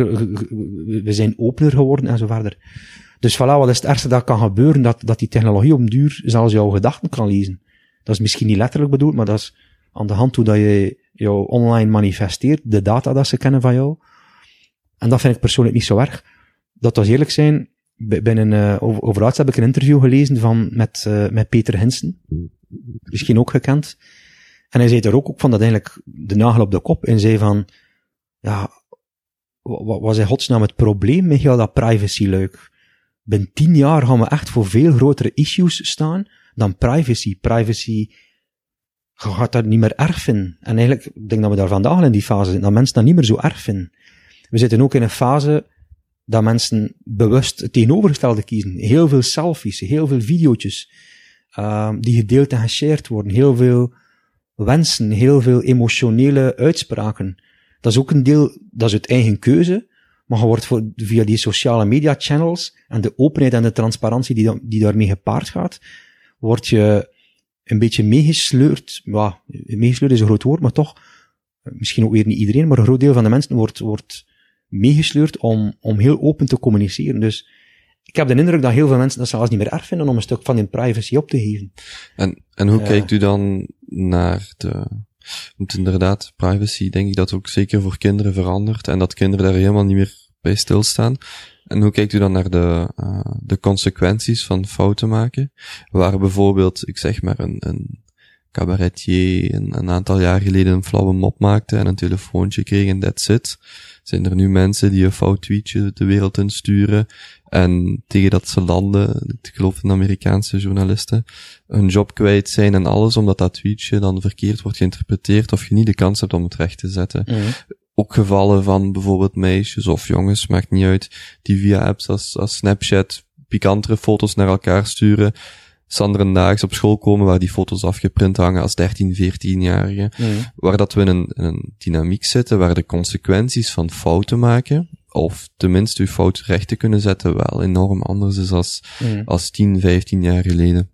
we zijn opener geworden en zo verder. Dus voilà, wat is het ergste dat kan gebeuren, dat die technologie op den duur zelfs jouw gedachten kan lezen. Dat is misschien niet letterlijk bedoeld, maar dat is aan de hand hoe dat je jou online manifesteert, de data dat ze kennen van jou. En dat vind ik persoonlijk niet zo erg. Dat was eerlijk zijn, over laatst heb ik een interview gelezen met Peter Hinsen, misschien ook gekend. En hij zei er ook van dat eigenlijk de nagel op de kop, en zei van, ja, wat was in godsnaam het probleem met heel dat privacy-luik? Binnen 10 jaar gaan we echt voor veel grotere issues staan dan privacy. Privacy gaat dat niet meer erg vinden. En eigenlijk, ik denk dat we daar vandaag al in die fase zitten, dat mensen dat niet meer zo erg vinden. We zitten ook in een fase dat mensen bewust het tegenovergestelde kiezen. Heel veel selfies, heel veel video's, die gedeeld en geshared worden, heel veel wensen, heel veel emotionele uitspraken. Dat is ook een deel, dat is uit eigen keuze, maar je wordt via die sociale media channels en de openheid en de transparantie die daarmee gepaard gaat, word je een beetje meegesleurd. Ja, meegesleurd is een groot woord, maar toch, misschien ook weer niet iedereen, maar een groot deel van de mensen wordt meegesleurd om heel open te communiceren. Dus ik heb de indruk dat heel veel mensen dat zelfs niet meer erg vinden om een stuk van hun privacy op te geven. En hoe kijkt u dan naar want inderdaad, privacy, denk ik dat ook zeker voor kinderen verandert en dat kinderen daar helemaal niet meer bij stilstaan. En hoe kijkt u dan naar de consequenties van fouten maken? Waar bijvoorbeeld, ik zeg maar, een cabaretier een aantal jaar geleden een flauwe mop maakte en een telefoontje kreeg en that's it. Zijn er nu mensen die een fout tweetje de wereld insturen en tegen dat ze landen, ik geloof in Amerikaanse journalisten, hun job kwijt zijn en alles, omdat dat tweetje dan verkeerd wordt geïnterpreteerd of je niet de kans hebt om het recht te zetten. Mm-hmm. Ook gevallen van bijvoorbeeld meisjes of jongens, maakt niet uit, die via apps als Snapchat pikantere foto's naar elkaar sturen, sanderendaags op school komen waar die foto's afgeprint hangen als 13, 14-jarigen. Mm. Waar dat we in een dynamiek zitten, waar de consequenties van fouten maken, of tenminste uw fout recht te kunnen zetten, wel enorm anders is als 10, 15 jaar geleden.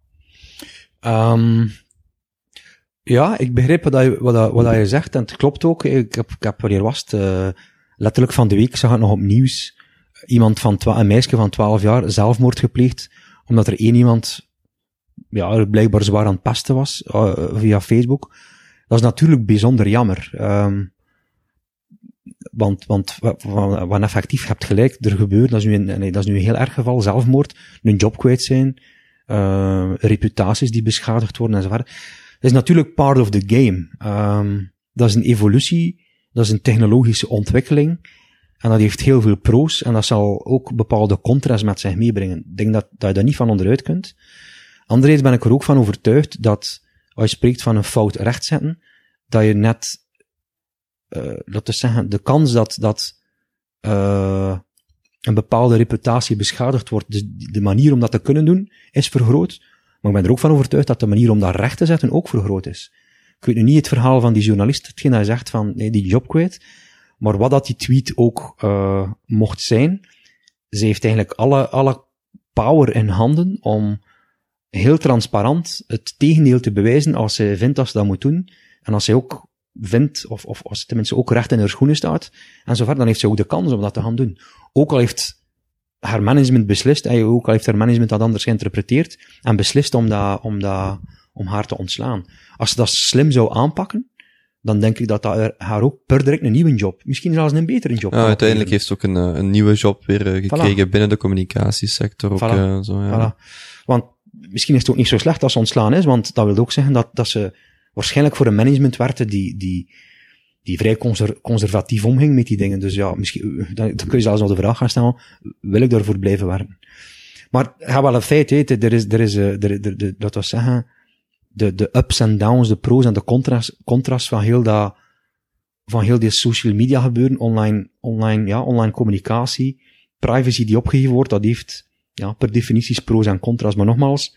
Ja, ik begrijp wat je zegt, en het klopt ook. Ik heb wanneer was het, letterlijk van de week zag ik nog op nieuws, een meisje van 12 jaar zelfmoord gepleegd, omdat er één iemand, ja, blijkbaar zwaar aan het pesten was, via Facebook. Dat is natuurlijk bijzonder jammer. Want wat effectief, je hebt gelijk, er gebeurt, dat is nu een heel erg geval, zelfmoord, een job kwijt zijn, reputaties die beschadigd worden enzovoort. Dat is natuurlijk part of the game. Dat is een evolutie, dat is een technologische ontwikkeling, en dat heeft heel veel pro's, en dat zal ook bepaalde contra's met zich meebrengen. Ik denk dat je daar niet van onderuit kunt. Anderzijds ben ik er ook van overtuigd dat, als je spreekt van een fout rechtzetten, dat je net, dat is zeggen, de kans dat een bepaalde reputatie beschadigd wordt, dus de manier om dat te kunnen doen, is vergroot. Maar ik ben er ook van overtuigd dat de manier om dat recht te zetten ook vergroot is. Ik weet nu niet het verhaal van die journalist, hetgeen hij zegt van, nee, die job kwijt, maar wat dat die tweet ook mocht zijn, ze heeft eigenlijk alle power in handen om heel transparant het tegendeel te bewijzen als zij vindt dat ze dat moet doen, en als zij ook vindt, of als ze tenminste ook recht in haar schoenen staat, en zover, dan heeft ze ook de kans om dat te gaan doen. Ook al heeft haar management beslist, ook al heeft haar management dat anders geïnterpreteerd, en beslist om haar te ontslaan. Als ze dat slim zou aanpakken, dan denk ik dat haar ook per direct een nieuwe job, misschien zelfs een betere job. Ja, uiteindelijk heeft ze ook een nieuwe job weer gekregen binnen de communicatiesector. Ook, zo, ja. Voilà. Want misschien is het ook niet zo slecht als ze ontslaan is, want dat wil ook zeggen dat ze waarschijnlijk voor een management werkte die vrij conservatief omging met die dingen. Dus ja, misschien, dan kun je zelfs nog de vraag gaan stellen, wil ik daarvoor blijven werken? Maar ga wel een feit weten, dat wil zeggen, de ups en downs, de pro's en de contra's van heel die social media gebeuren, online communicatie, privacy die opgegeven wordt, dat heeft, ja, per definitie pro's en contra's. Maar nogmaals,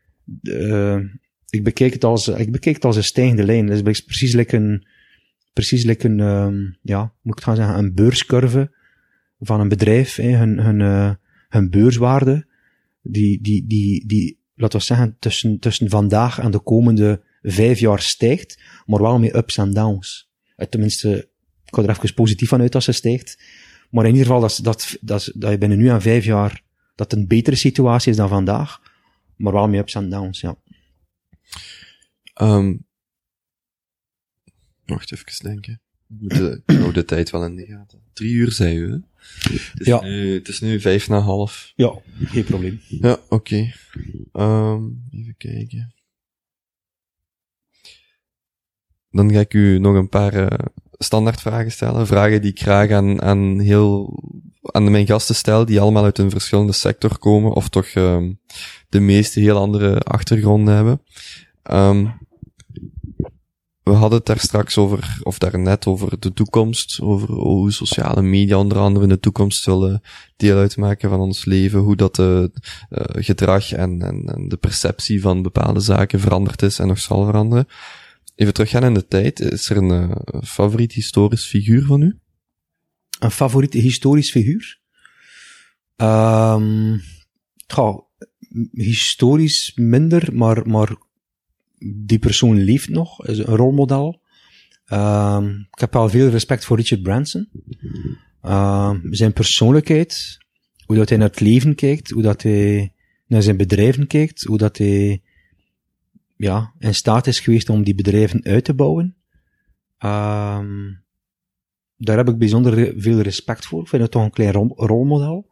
ik bekijk het als een stijgende lijn. Dat is precies like een, moet ik het gaan zeggen, een beurscurve van een bedrijf, hun beurswaarde, die, laten we zeggen, tussen vandaag en de komende 5 jaar stijgt, maar wel met ups en downs. Tenminste, ik ga er even positief van uit als ze stijgt, maar in ieder geval dat je binnen nu en 5 jaar, dat een betere situatie is dan vandaag, maar wel met ups en downs, ja. Wacht even denken. Ik hou de tijd wel in de gaten. 3 uur, zei u, hè? Het is nu 5:05. Ja, geen probleem. Ja, oké. Even kijken. Dan ga ik u nog een paar standaardvragen stellen. Vragen die ik graag aan mijn gasten stel, die allemaal uit een verschillende sector komen, of toch de meeste heel andere achtergronden hebben. We hadden het daar straks over, of daarnet over de toekomst, over hoe sociale media onder andere in de toekomst zullen deel uitmaken van ons leven, hoe dat gedrag en de perceptie van bepaalde zaken veranderd is en nog zal veranderen. Even teruggaan in de tijd, is er een favoriet historisch figuur van u? Een favoriete historisch figuur? Historisch minder, maar die persoon leeft nog, is een rolmodel. Ik heb wel veel respect voor Richard Branson. Zijn persoonlijkheid, hoe dat hij naar het leven kijkt, hoe dat hij naar zijn bedrijven kijkt, hoe dat hij in staat is geweest om die bedrijven uit te bouwen. Daar heb ik bijzonder veel respect voor. Ik vind het toch een klein rolmodel.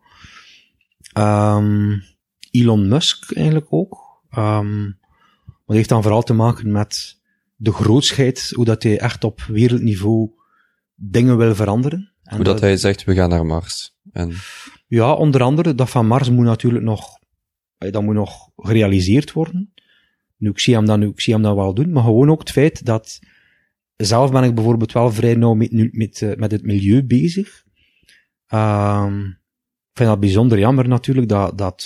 Elon Musk eigenlijk ook. Dat heeft dan vooral te maken met de grootsheid, hoe dat hij echt op wereldniveau dingen wil veranderen. En hoe dat hij zegt, we gaan naar Mars. Ja, onder andere, dat van Mars moet natuurlijk nog gerealiseerd worden. Nu, ik zie hem dat wel doen, maar gewoon ook het feit dat, zelf ben ik bijvoorbeeld wel vrij nauw met het milieu bezig. Ik vind dat bijzonder jammer natuurlijk, dat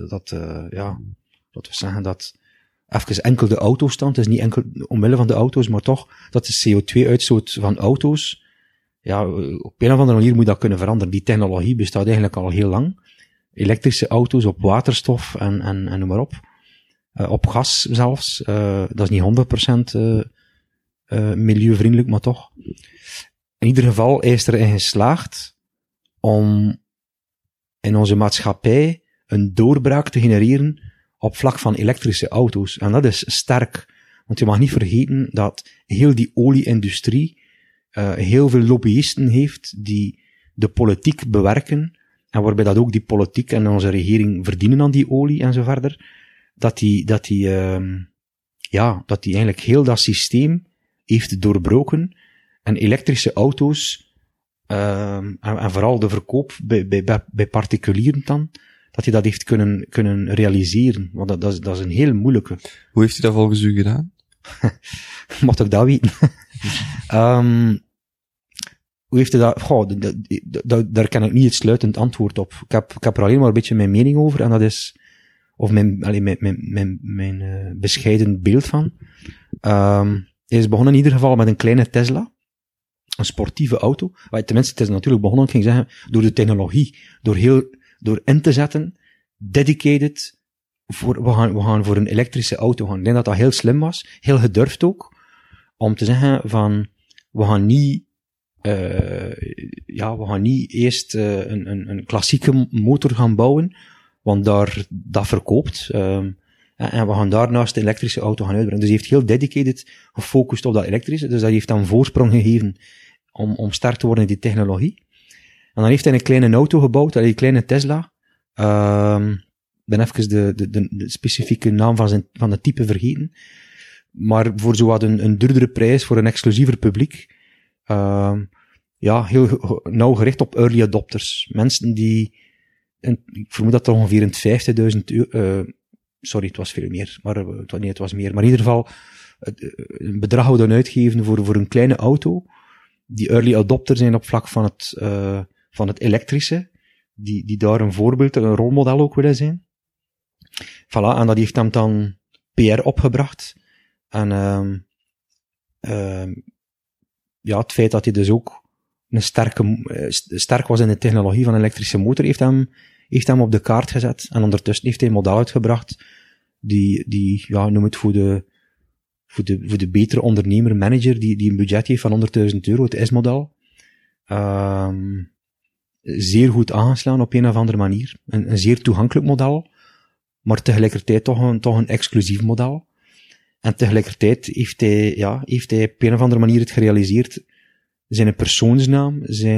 we zeggen dat even enkel de autostand, het is niet enkel omwille van de auto's, maar toch, dat de CO2-uitstoot van auto's ja, op een of andere manier moet dat kunnen veranderen. Die technologie bestaat eigenlijk al heel lang. Elektrische auto's op waterstof en noem maar op. Op gas zelfs. Dat is niet 100% milieuvriendelijk, maar toch. In ieder geval is erin geslaagd om in onze maatschappij een doorbraak te genereren op vlak van elektrische auto's. En dat is sterk. Want je mag niet vergeten dat heel die olie-industrie heel veel lobbyisten heeft die de politiek bewerken en waarbij dat ook die politiek en onze regering verdienen aan die olie en zo verder, dat die eigenlijk heel dat systeem heeft doorbroken en elektrische auto's en vooral de verkoop bij particulieren dan, dat hij dat heeft kunnen realiseren. Want dat is een heel moeilijke. Hoe heeft hij dat volgens u gedaan? Mocht ik dat weten? Hoe heeft hij dat? Goh, daar ken ik niet het sluitend antwoord op. Ik heb er alleen maar een beetje mijn mening over, en dat is, of mijn bescheiden beeld van. Hij is begonnen in ieder geval met een kleine Tesla. Een sportieve auto. Tenminste, het is natuurlijk begonnen, ik ging zeggen, door de technologie. Door in te zetten, dedicated, we gaan voor een elektrische auto gaan. Ik denk dat dat heel slim was, heel gedurfd ook, om te zeggen van, we gaan niet eerst een klassieke motor gaan bouwen, want dat verkoopt, en we gaan daarnaast de elektrische auto gaan uitbrengen. Dus hij heeft heel dedicated gefocust op dat elektrische, dus dat heeft dan voorsprong gegeven om sterk te worden in die technologie. En dan heeft hij een kleine auto gebouwd, een kleine Tesla. Ik ben even de specifieke naam van het type vergeten. Maar voor zowat een duurdere prijs, voor een exclusiever publiek. Heel nauw gericht op early adopters. Mensen die, ik vermoed dat er ongeveer een 50.000 euro, sorry, het was veel meer, maar het was meer. Maar in ieder geval, een bedrag houden uitgeven voor een kleine auto. Die early adopter zijn op vlak van het elektrische, die daar een voorbeeld, een rolmodel ook willen zijn. Voilà, en dat heeft hem dan PR opgebracht. En het feit dat hij dus ook sterk was in de technologie van een elektrische motor, heeft hem op de kaart gezet. En ondertussen heeft hij een model uitgebracht, die noem het voor de betere ondernemer, manager, die een budget heeft van €100.000, het S-model. Zeer goed aangeslaan op een of andere manier. Een zeer toegankelijk model, maar tegelijkertijd toch een exclusief model. En tegelijkertijd heeft hij op een of andere manier het gerealiseerd, zijn persoonsnaam,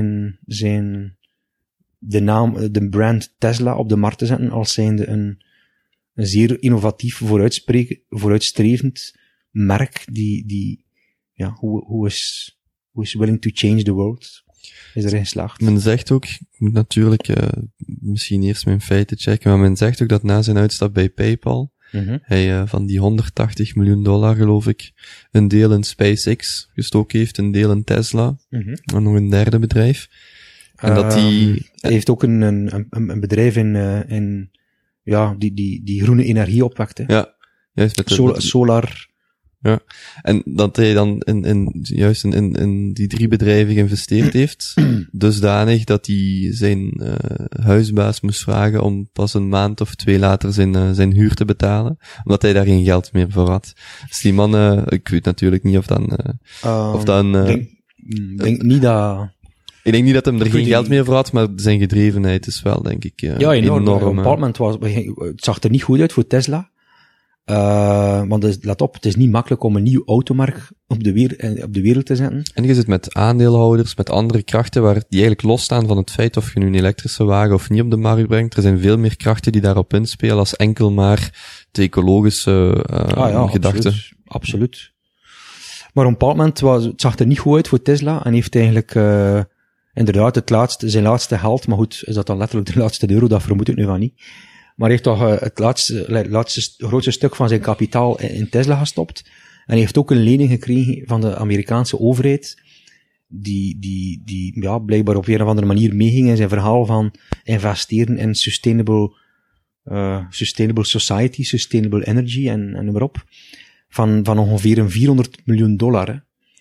de brand Tesla op de markt te zetten als zijnde een zeer innovatief, vooruitstrevend merk who is willing to change the world. Is erin geslaagd. Men zegt ook, ik moet natuurlijk misschien eerst mijn feiten checken, maar men zegt ook dat na zijn uitstap bij PayPal, hij van die $180 miljoen, geloof ik, een deel in SpaceX gestoken heeft, een deel in Tesla, en nog een derde bedrijf. En dat hij heeft ook een bedrijf in die groene energie opwekt. Hè. Ja, juist met solar. Ja, en dat hij dan in die 3 bedrijven geïnvesteerd heeft, dusdanig dat hij zijn huisbaas moest vragen om pas een maand of 2 later zijn huur te betalen, omdat hij daar geen geld meer voor had. Dus die man, ik weet natuurlijk niet of dan... Ik denk niet dat... Ik denk niet dat hem er geen geld meer voor had, maar zijn gedrevenheid is wel, denk ik, enorm. Op een bepaald moment het zag er niet goed uit voor Tesla. Want let op, het is niet makkelijk om een nieuw automerk op de wereld te zetten. En je zit met aandeelhouders, met andere krachten, die eigenlijk losstaan van het feit of je nu een elektrische wagen of niet op de markt brengt. Er zijn veel meer krachten die daarop inspelen als enkel maar de ecologische gedachte. Absoluut. Maar op een bepaald moment het zag er niet goed uit voor Tesla en heeft eigenlijk inderdaad zijn laatste geld, maar goed, is dat dan letterlijk de laatste euro, dat vermoed ik nu van niet. Maar hij heeft toch het grootste stuk van zijn kapitaal in Tesla gestopt. En hij heeft ook een lening gekregen van de Amerikaanse overheid, die blijkbaar op een of andere manier meeging in zijn verhaal van investeren in sustainable society, sustainable energy en noem maar op. Van ongeveer $400 miljoen.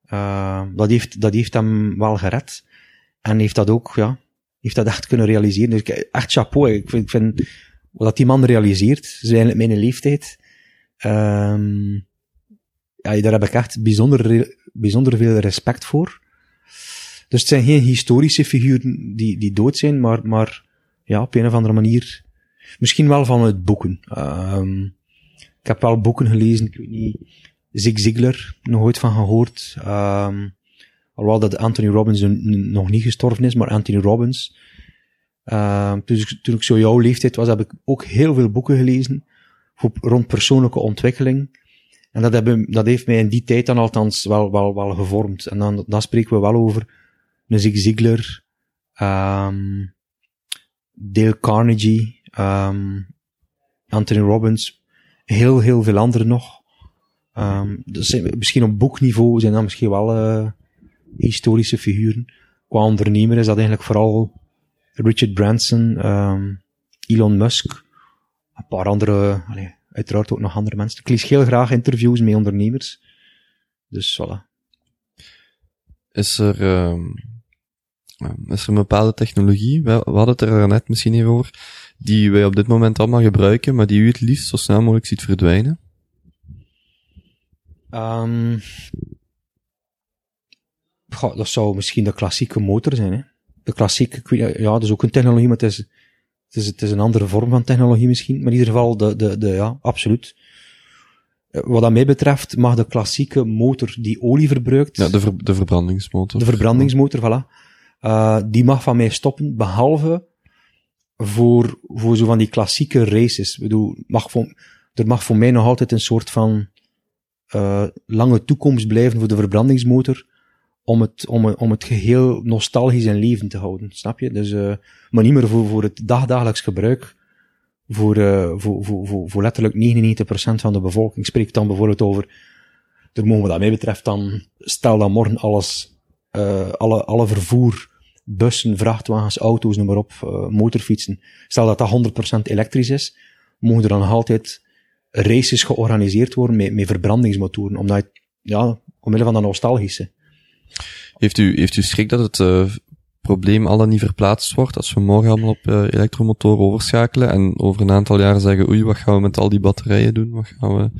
Dat heeft hem wel gered. En heeft dat ook, heeft dat echt kunnen realiseren. Dus echt chapeau. Ik vind wat die man realiseert, is eigenlijk mijn leeftijd. Daar heb ik echt bijzonder veel respect voor. Dus het zijn geen historische figuren die dood zijn, maar op een of andere manier, misschien wel vanuit boeken. Ik heb wel boeken gelezen, ik weet niet, Zig Ziglar, nog ooit van gehoord. Alhoewel dat Anthony Robbins nog niet gestorven is, maar Anthony Robbins. Toen ik zo jouw leeftijd was, heb ik ook heel veel boeken gelezen rond persoonlijke ontwikkeling. En dat heeft mij in die tijd dan althans wel gevormd. En dan spreken we wel over een Zig Ziglar, Dale Carnegie, Anthony Robbins, heel veel anderen nog. Dus misschien op boekniveau zijn dat misschien wel historische figuren. Qua ondernemer is dat eigenlijk vooral Richard Branson, Elon Musk, een paar andere, uiteraard ook nog andere mensen. Ik lees heel graag interviews met ondernemers. Dus voilà. Is er een bepaalde technologie, we hadden het er net misschien even over, die wij op dit moment allemaal gebruiken, maar die u het liefst zo snel mogelijk ziet verdwijnen? Dat zou misschien de klassieke motor zijn, hè. De klassieke, dat is ook een technologie, maar het is een andere vorm van technologie misschien. Maar in ieder geval, absoluut. Wat dat mij betreft mag de klassieke motor die olie verbruikt... Ja, de verbrandingsmotor. De verbrandingsmotor, voilà. Die mag van mij stoppen, behalve voor zo van die klassieke races. Ik bedoel, er mag voor mij nog altijd een soort van lange toekomst blijven voor de verbrandingsmotor, om het geheel nostalgisch in leven te houden, snap je? Dus, maar niet meer voor het dagdagelijks gebruik, voor letterlijk 99% van de bevolking. Ik spreek dan bijvoorbeeld over, er mogen wat mij betreft dan, stel dat morgen alle vervoer, bussen, vrachtwagens, auto's, noem maar op, motorfietsen, stel dat dat 100% elektrisch is, mogen er dan nog altijd races georganiseerd worden met verbrandingsmotoren, omwille van dat nostalgische. Heeft u schrik dat het probleem al dan niet verplaatst wordt als we morgen allemaal op elektromotoren overschakelen en over een aantal jaren zeggen, oei, wat gaan we met al die batterijen doen? Wat gaan we...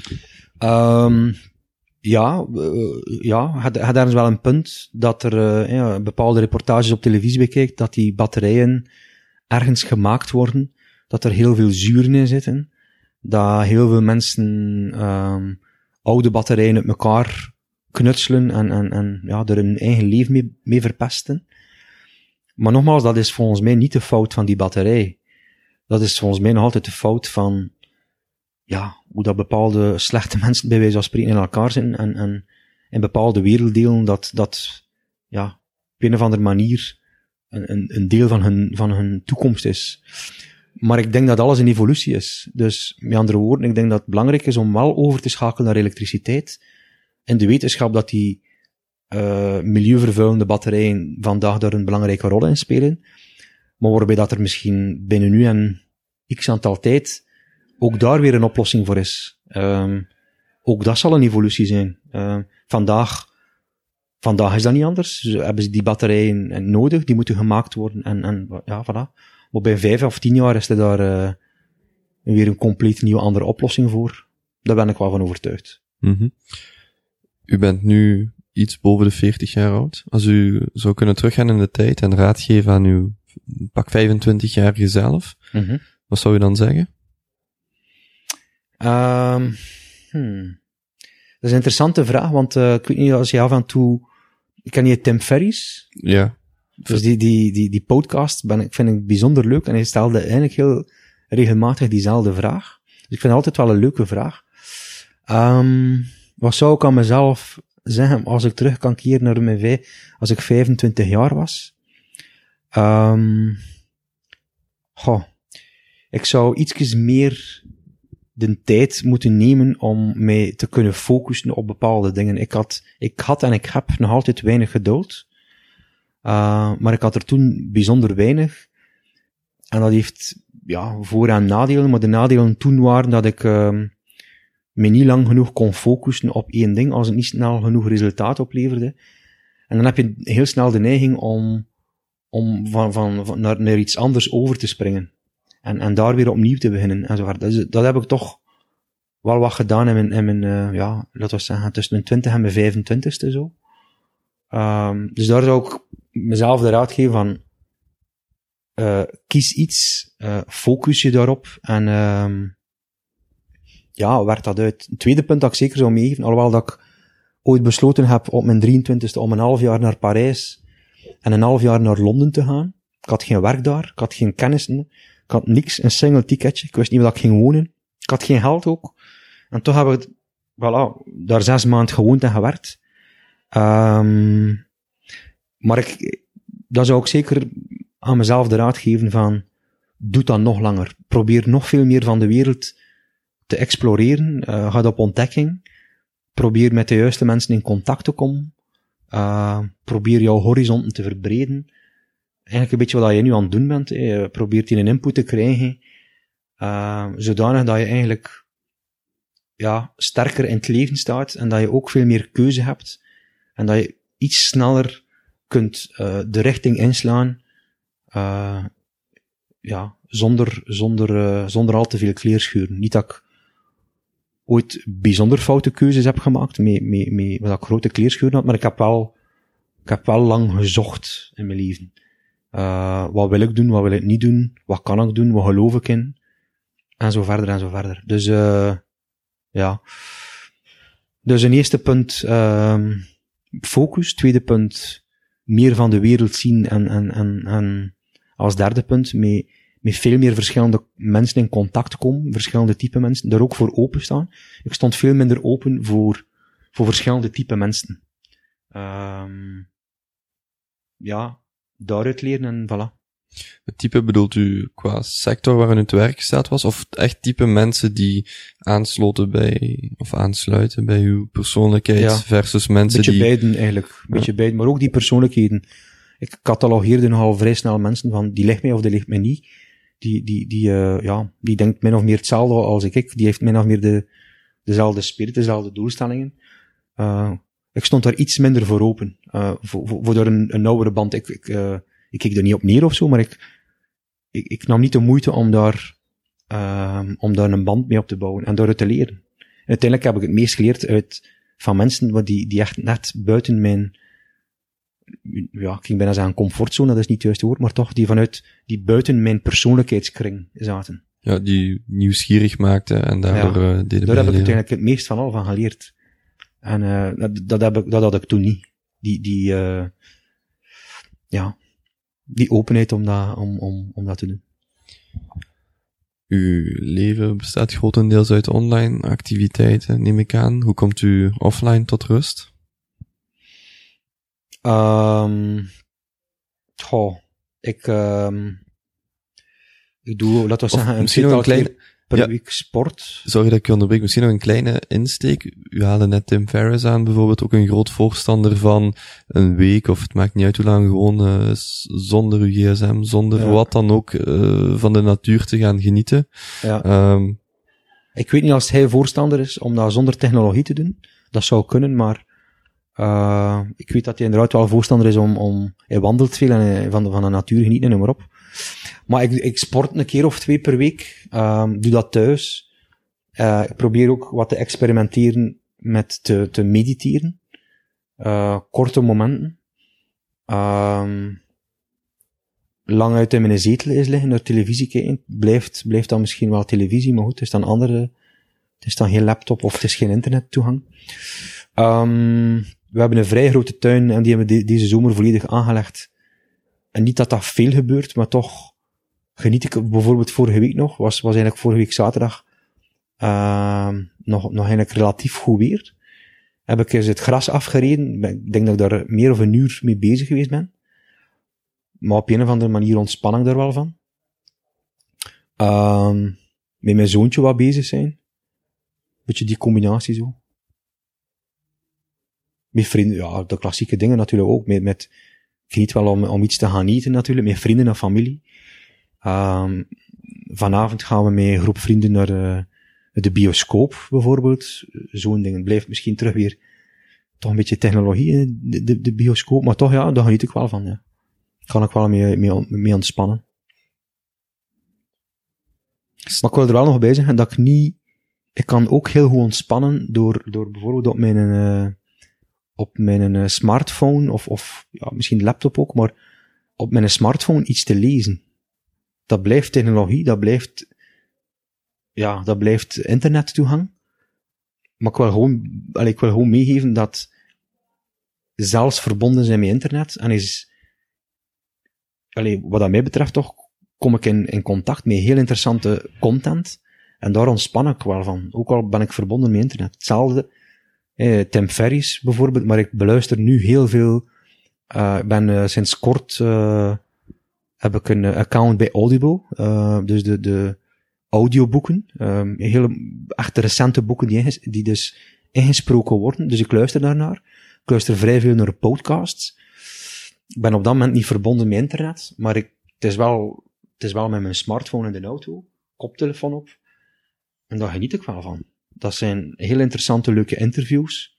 had ergens wel een punt dat er bepaalde reportages op televisie bekijkt, dat die batterijen ergens gemaakt worden, dat er heel veel zuren in zitten, dat heel veel mensen oude batterijen uit elkaar knutselen en er hun eigen leven mee verpesten. Maar nogmaals, dat is volgens mij niet de fout van die batterij. Dat is volgens mij nog altijd de fout van hoe dat bepaalde slechte mensen bij wijze van spreken in elkaar zijn en in bepaalde werelddelen dat op een of andere manier een deel van hun toekomst is. Maar ik denk dat alles een evolutie is. Dus, met andere woorden, ik denk dat het belangrijk is om wel over te schakelen naar elektriciteit. In de wetenschap dat die milieuvervuilende batterijen vandaag daar een belangrijke rol in spelen. Maar waarbij dat er misschien binnen nu en x aantal tijd ook daar weer een oplossing voor is. Ook dat zal een evolutie zijn. Vandaag is dat niet anders. Dus hebben ze die batterijen nodig, die moeten gemaakt worden en voilà. Maar bij 5 of 10 jaar is er daar weer een compleet nieuwe andere oplossing voor. Daar ben ik wel van overtuigd. Mm-hmm. U bent nu iets boven de 40 jaar oud. Als u zou kunnen teruggaan in de tijd en raad geven aan uw pak 25-jarige zelf, wat zou u dan zeggen? Dat is een interessante vraag, want ik weet niet, als je af en toe... Ken je Tim Ferriss? Ja. Dus die podcast vind ik bijzonder leuk en hij stelde eigenlijk heel regelmatig diezelfde vraag. Dus ik vind het altijd wel een leuke vraag. Wat zou ik aan mezelf zeggen als ik terug kan keren naar als ik 25 jaar was? Ik zou ietsjes meer de tijd moeten nemen om mij te kunnen focussen op bepaalde dingen. Ik had en ik heb nog altijd weinig geduld. Maar ik had er toen bijzonder weinig. En dat heeft, voor- en nadelen. Maar de nadelen toen waren dat ik me niet lang genoeg kon focussen op één ding, als het niet snel genoeg resultaat opleverde. En dan heb je heel snel de neiging om van naar iets anders over te springen. En daar weer opnieuw te beginnen. En zo verder. Dat heb ik toch wel wat gedaan in mijn laten we zeggen, tussen mijn 20 en mijn 25ste zo. Dus daar zou ik mezelf de raad geven van, kies iets, focus je daarop en werk dat uit. Een tweede punt dat ik zeker zou meegeven, alhoewel dat ik ooit besloten heb op mijn 23ste om een half jaar naar Parijs en een half jaar naar Londen te gaan. Ik had geen werk daar, ik had geen kennissen, ik had niks, een single ticketje, ik wist niet waar ik ging wonen, ik had geen geld ook. En toch heb ik, daar 6 maanden gewoond en gewerkt. Maar dat zou ik zeker aan mezelf de raad geven van, doe dat nog langer. Probeer nog veel meer van de wereld te exploreren. Ga op ontdekking. Probeer met de juiste mensen in contact te komen. Probeer jouw horizonten te verbreden. Eigenlijk een beetje wat je nu aan het doen bent. Probeer die een input te krijgen. Zodanig dat je eigenlijk sterker in het leven staat en dat je ook veel meer keuze hebt en dat je iets sneller kunt de richting inslaan zonder al te veel kleerschuren. Niet dat ik ooit bijzonder foute keuzes heb gemaakt met wat ik grote kleerschuren had, maar ik heb wel lang gezocht in mijn leven. Wat wil ik doen, wat wil ik niet doen, wat kan ik doen, wat geloof ik in, en zo verder en zo verder. Dus dus een eerste punt, focus. Tweede punt, meer van de wereld zien en als derde punt, met veel meer verschillende mensen in contact komen, verschillende type mensen, daar ook voor openstaan. Ik stond veel minder open voor verschillende type mensen. Daaruit leren en voilà. Het type bedoelt u qua sector waarin het werk gesteld was, of echt type mensen die aansluiten bij uw persoonlijkheid versus mensen die... Beetje beiden eigenlijk. Beetje beiden, maar ook die persoonlijkheden. Ik catalogeerde nogal vrij snel mensen van, die ligt mij of die ligt mij niet. Die denkt min of meer hetzelfde als ik. Die heeft min of meer dezelfde spirit, dezelfde doelstellingen. Ik stond daar iets minder voor open. Voor daar een nauwere band. Ik keek er niet op neer of zo, maar ik nam niet de moeite om daar een band mee op te bouwen en daaruit te leren. En uiteindelijk heb ik het meest geleerd van mensen die echt net buiten mijn, ik ging bijna zeggen comfortzone, dat is niet het juiste woord, maar toch, die buiten mijn persoonlijkheidskring zaten. Ja, die nieuwsgierig maakten en daardoor deden daar heb ik uiteindelijk het meest van al van geleerd. En dat had ik toen niet. Die openheid om dat te doen. Uw leven bestaat grotendeels uit online activiteiten, neem ik aan. Hoe komt u offline tot rust? Ik doe, laten we zeggen, een kleine per week sport. Sorry dat ik u onderbreek. Misschien nog een kleine insteek. U haalde net Tim Ferriss aan, bijvoorbeeld, ook een groot voorstander van een week, of het maakt niet uit hoe lang, gewoon zonder uw gsm, zonder wat dan ook, van de natuur te gaan genieten. Ja. Ik weet niet als hij voorstander is om dat zonder technologie te doen. Dat zou kunnen, maar ik weet dat hij inderdaad wel voorstander is om hij wandelt veel en van de natuur genieten en noem maar op. Maar ik sport een keer of 2 per week. Doe dat thuis. Ik probeer ook wat te experimenteren met te mediteren. Korte momenten. Lang uit in mijn zetel is liggen, naar televisie kijken. Blijft dan misschien wel televisie, maar goed, het is dan geen laptop of het is geen internettoegang. We hebben een vrij grote tuin en die hebben we deze zomer volledig aangelegd. En niet dat dat veel gebeurt, maar toch geniet ik. Bijvoorbeeld vorige week nog, was eigenlijk vorige week zaterdag, nog eigenlijk relatief goed weer. Heb ik eens het gras afgereden. Ik denk dat ik daar meer of een uur mee bezig geweest ben. Maar op een of andere manier ontspan ik daar wel van. Met mijn zoontje wat bezig zijn. Beetje die combinatie zo. Met vrienden, ja, de klassieke dingen natuurlijk ook. Ik geniet wel om iets te gaan eten natuurlijk, met vrienden en familie. Vanavond gaan we met een groep vrienden naar de bioscoop bijvoorbeeld, zo'n ding. Het blijft misschien terug weer toch een beetje technologie, de bioscoop, maar toch ja, daar geniet ik wel van, ja. Kan ik wel mee ontspannen. Maar ik wil er wel nog bij zeggen dat ik kan ook heel goed ontspannen door bijvoorbeeld op mijn smartphone, of ja, misschien laptop ook, maar op mijn smartphone iets te lezen. Dat blijft technologie, dat blijft internettoegang. Maar ik wil gewoon meegeven dat zelfs verbonden zijn met internet, en wat dat mij betreft toch, kom ik in contact met heel interessante content, en daar ontspan ik wel van. Ook al ben ik verbonden met internet. Hetzelfde, Tim Ferriss bijvoorbeeld, maar ik beluister nu heel veel, sinds kort, heb ik een account bij Audible, dus de audioboeken, hele echte recente boeken die dus ingesproken worden, dus ik luister daarnaar. Ik luister vrij veel naar podcasts. Ik ben op dat moment niet verbonden met internet, maar het is wel met mijn smartphone in de auto, koptelefoon op, en daar geniet ik wel van. Dat zijn heel interessante, leuke interviews.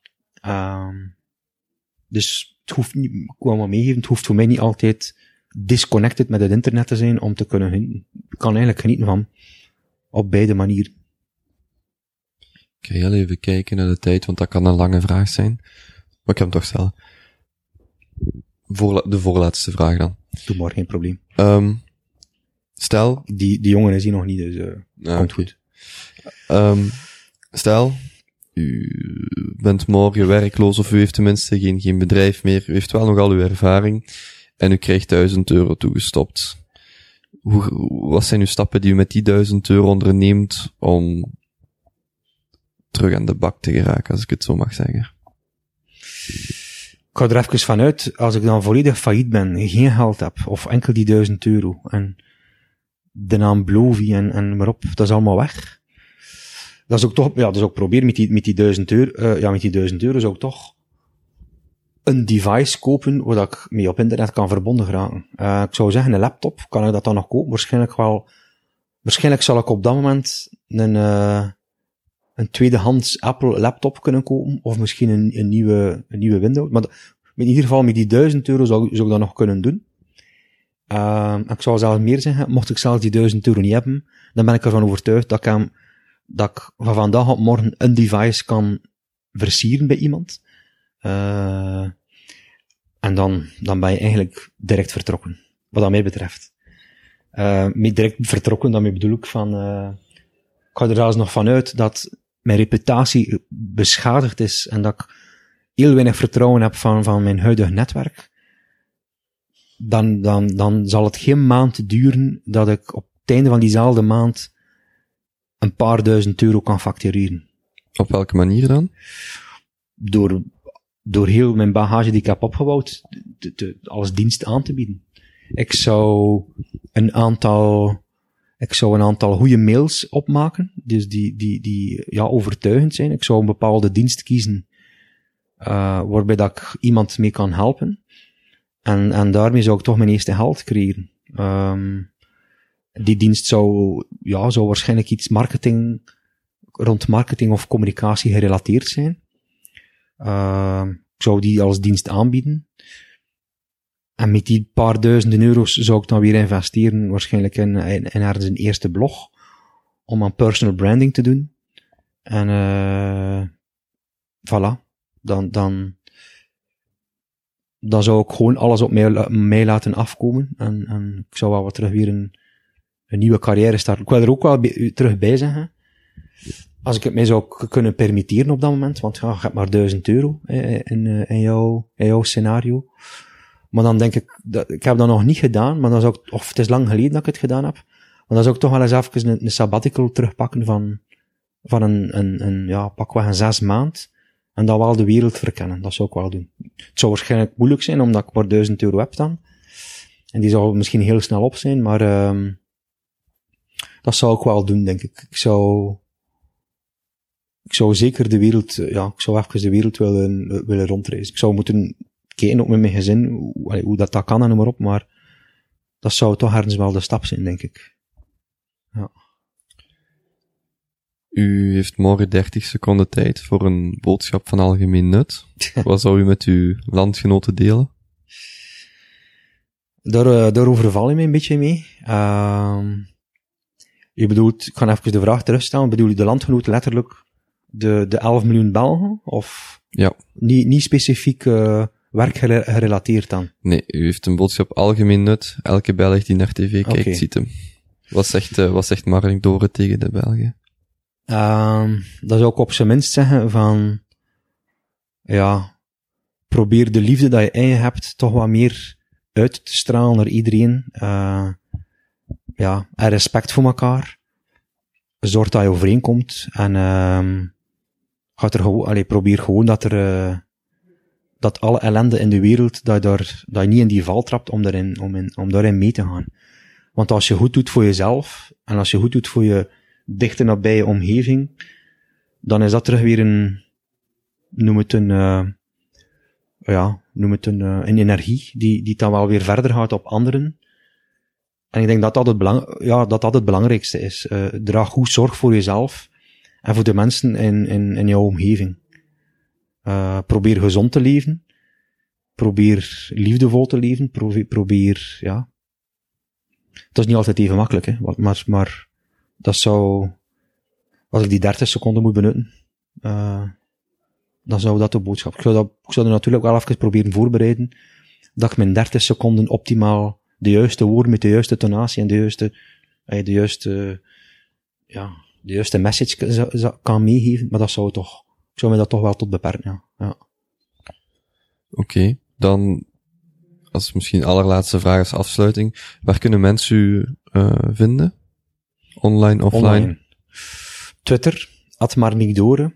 Dus het hoeft niet, ik wil maar meegeven, het hoeft voor mij niet altijd disconnected met het internet te zijn om te kunnen genieten. Ik kan eigenlijk genieten van op beide manieren. Ik ga heel even kijken naar de tijd, want dat kan een lange vraag zijn. Maar ik heb hem toch stellen. De voorlaatste vraag dan. Doe maar, geen probleem. Stel... Die jongen is hier nog niet, dus komt goed. Stel, u bent morgen werkloos, of u heeft tenminste geen bedrijf meer, u heeft wel nog al uw ervaring, en u krijgt €1000 toegestopt. Wat zijn uw stappen die u met die €1000 onderneemt om terug aan de bak te geraken, als ik het zo mag zeggen? Ik ga er even vanuit, als ik dan volledig failliet ben, geen geld heb, of enkel die €1000, en de naam Blovy en maar op, dat is allemaal weg. Dat is ook toch, ja, dus ook proberen met die €1000, met die €1000 zou ik toch een device kopen, waar ik mee op internet kan verbonden geraken. Ik zou zeggen, een laptop, kan ik dat dan nog kopen? Waarschijnlijk zal ik op dat moment een tweedehands Apple laptop kunnen kopen, of misschien een nieuwe Windows. Maar in ieder geval, met die €1000 zou ik dat nog kunnen doen. Ik zou zelfs meer zeggen, mocht ik zelfs die €1000 niet hebben, dan ben ik ervan overtuigd dat ik van vandaag op morgen een device kan versieren bij iemand. En dan ben je eigenlijk direct vertrokken, wat dat mij betreft. Met direct vertrokken, daarmee bedoel ik van, ik ga er zelfs nog vanuit dat mijn reputatie beschadigd is en dat ik heel weinig vertrouwen heb van mijn huidige netwerk. Dan zal het geen maand duren dat ik op het einde van diezelfde maand een paar €1000 kan factureren. Op welke manier dan? Door heel mijn bagage die ik heb opgebouwd, als dienst aan te bieden. Ik zou een aantal goede mails opmaken, dus die overtuigend zijn. Ik zou een bepaalde dienst kiezen, waarbij dat ik iemand mee kan helpen. En daarmee zou ik toch mijn eerste geld creëren. Die dienst zou waarschijnlijk iets rond marketing of communicatie gerelateerd zijn. Ik zou die als dienst aanbieden. En met die paar €1000 zou ik dan weer investeren, waarschijnlijk in ergens een eerste blog, om aan personal branding te doen. En voilà. Dan zou ik gewoon alles op mij laten afkomen. En ik zou wel terug weer een nieuwe carrière starten. Ik wil er ook wel terug bij zeggen, als ik het mij zou kunnen permitteren op dat moment, want je hebt maar €1000 in jouw scenario. Maar dan denk ik, ik heb dat nog niet gedaan, maar dan zou ik, of het is lang geleden dat ik het gedaan heb, maar dan zou ik toch wel eens even een sabbatical terugpakken van een pakweg een 6 maand, en dan wel de wereld verkennen. Dat zou ik wel doen. Het zou waarschijnlijk moeilijk zijn, omdat ik maar €1000 heb dan. En die zou misschien heel snel op zijn, maar dat zou ik wel doen, denk ik. Ik zou zeker de wereld, ik zou even de wereld willen rondreizen. Ik zou moeten kijken, ook met mijn gezin, hoe dat kan en noem maar op, maar dat zou toch ergens wel de stap zijn, denk ik. Ja. U heeft morgen 30 seconden tijd voor een boodschap van algemeen nut. Wat zou u met uw landgenoten delen? Daar overval je mij een beetje mee. Je bedoelt, ik ga even de vraag terugstellen, bedoel je de landgenoten letterlijk de 11 miljoen Belgen? Of Ja. niet specifiek werkgerelateerd dan? Nee, u heeft een boodschap algemeen nut. Elke Belg die naar tv kijkt, Oké. ziet hem. Wat zegt Marnik Doren tegen de Belgen? Dat zou ik op zijn minst zeggen van, ja, probeer de liefde dat je in je hebt toch wat meer uit te stralen naar iedereen. Ja, en respect voor elkaar. Zorg dat je overeenkomt en probeer gewoon dat alle ellende in de wereld, dat je niet in die val trapt om daarin mee te gaan. Want als je goed doet voor jezelf, en als je goed doet voor je dichte nabije omgeving, dan is dat terug weer een energie, die dan wel weer verder gaat op anderen. En ik denk dat dat het belangrijkste is. Draag goed zorg voor jezelf en voor de mensen in jouw omgeving. Probeer gezond te leven. Probeer liefdevol te leven. Probeer, ja. Het is niet altijd even makkelijk, hè. Maar dat zou, als ik die 30 seconden moet benutten, dan zou dat de boodschap. Ik zou er natuurlijk wel even proberen voorbereiden, dat ik mijn 30 seconden optimaal de juiste woorden met de juiste tonatie en de juiste message kan meegeven, maar ik zou me dat toch wel tot beperken, ja. Oké, dan, als misschien allerlaatste vraag als afsluiting, waar kunnen mensen u vinden? Online, offline? Twitter, @marnikdoren,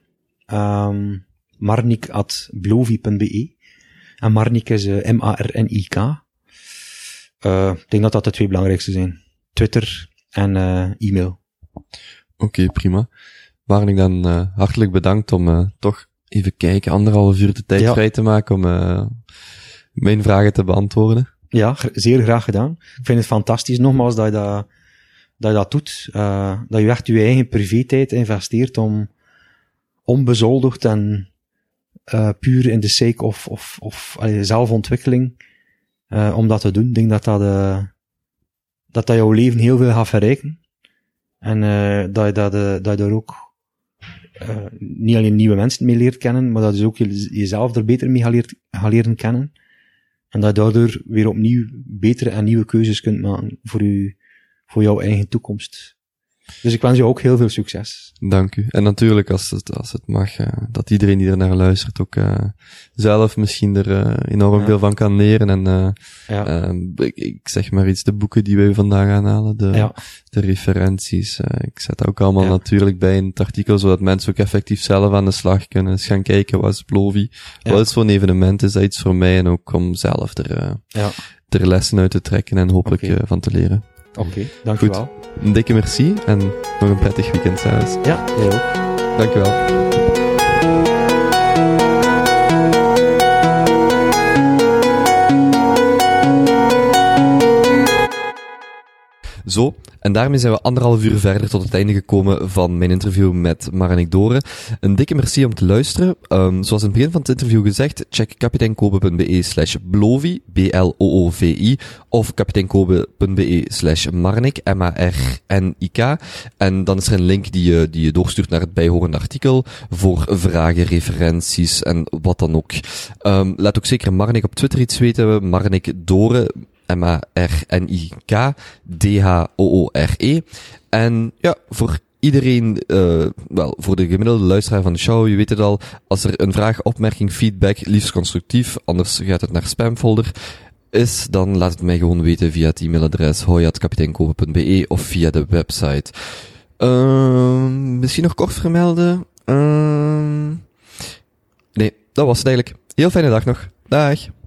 marnik@blovi.be, en Marnik is Marnik. Ik denk dat dat de twee belangrijkste zijn. Twitter en e-mail. Oké, prima. Marnik, dan hartelijk bedankt om toch even kijken, 1,5 uur de tijd vrij te maken om mijn vragen te beantwoorden. Ja, zeer graag gedaan. Ik vind het fantastisch, nogmaals, dat je dat doet. Dat je echt je eigen privé-tijd investeert om onbezoldigd en puur in de sake of zelfontwikkeling, om dat te doen. Ik denk dat jouw leven heel veel gaat verrijken. En dat je daar ook niet alleen nieuwe mensen mee leert kennen, maar dat je ook jezelf er beter mee gaat leren kennen. En dat je daardoor weer opnieuw betere en nieuwe keuzes kunt maken voor jouw eigen toekomst. Dus ik wens je ook heel veel succes. Dank u. En natuurlijk, als het mag, dat iedereen die er naar luistert ook zelf misschien er enorm veel van kan leren. En ik zeg maar iets, de boeken die wij vandaag aanhalen, de referenties, ik zet dat ook allemaal natuurlijk bij in het artikel, zodat mensen ook effectief zelf aan de slag kunnen. Dus gaan kijken, wat is Blovi? Wat is voor een evenement? Is dat iets voor mij? En ook om zelf er lessen uit te trekken en hopelijk van te leren. Oké, dank u wel. Een dikke merci en nog een prettig weekend zelfs. Ja, jij ook. Dank u wel. Zo, en daarmee zijn we 1,5 uur verder tot het einde gekomen van mijn interview met Marnik Doren. Een dikke merci om te luisteren. Zoals in het begin van het interview gezegd, check kapiteinkobe.be/blovi, BLOOVI, of kapiteinkobe.be/marnik, MARNIK. En dan is er een link die je doorstuurt naar het bijhorende artikel voor vragen, referenties en wat dan ook. Laat ook zeker Marnik op Twitter iets weten, Marnik Doren, MARNIK, DHOORE. En ja, voor iedereen, voor de gemiddelde luisteraar van de show, je weet het al, als er een vraag, opmerking, feedback, liefst constructief, anders gaat het naar spamfolder, is, dan laat het mij gewoon weten via het e-mailadres hoi@kapiteinkobe.be of via de website. Misschien nog kort vermelden? Nee, dat was het eigenlijk. Heel fijne dag nog. Dag.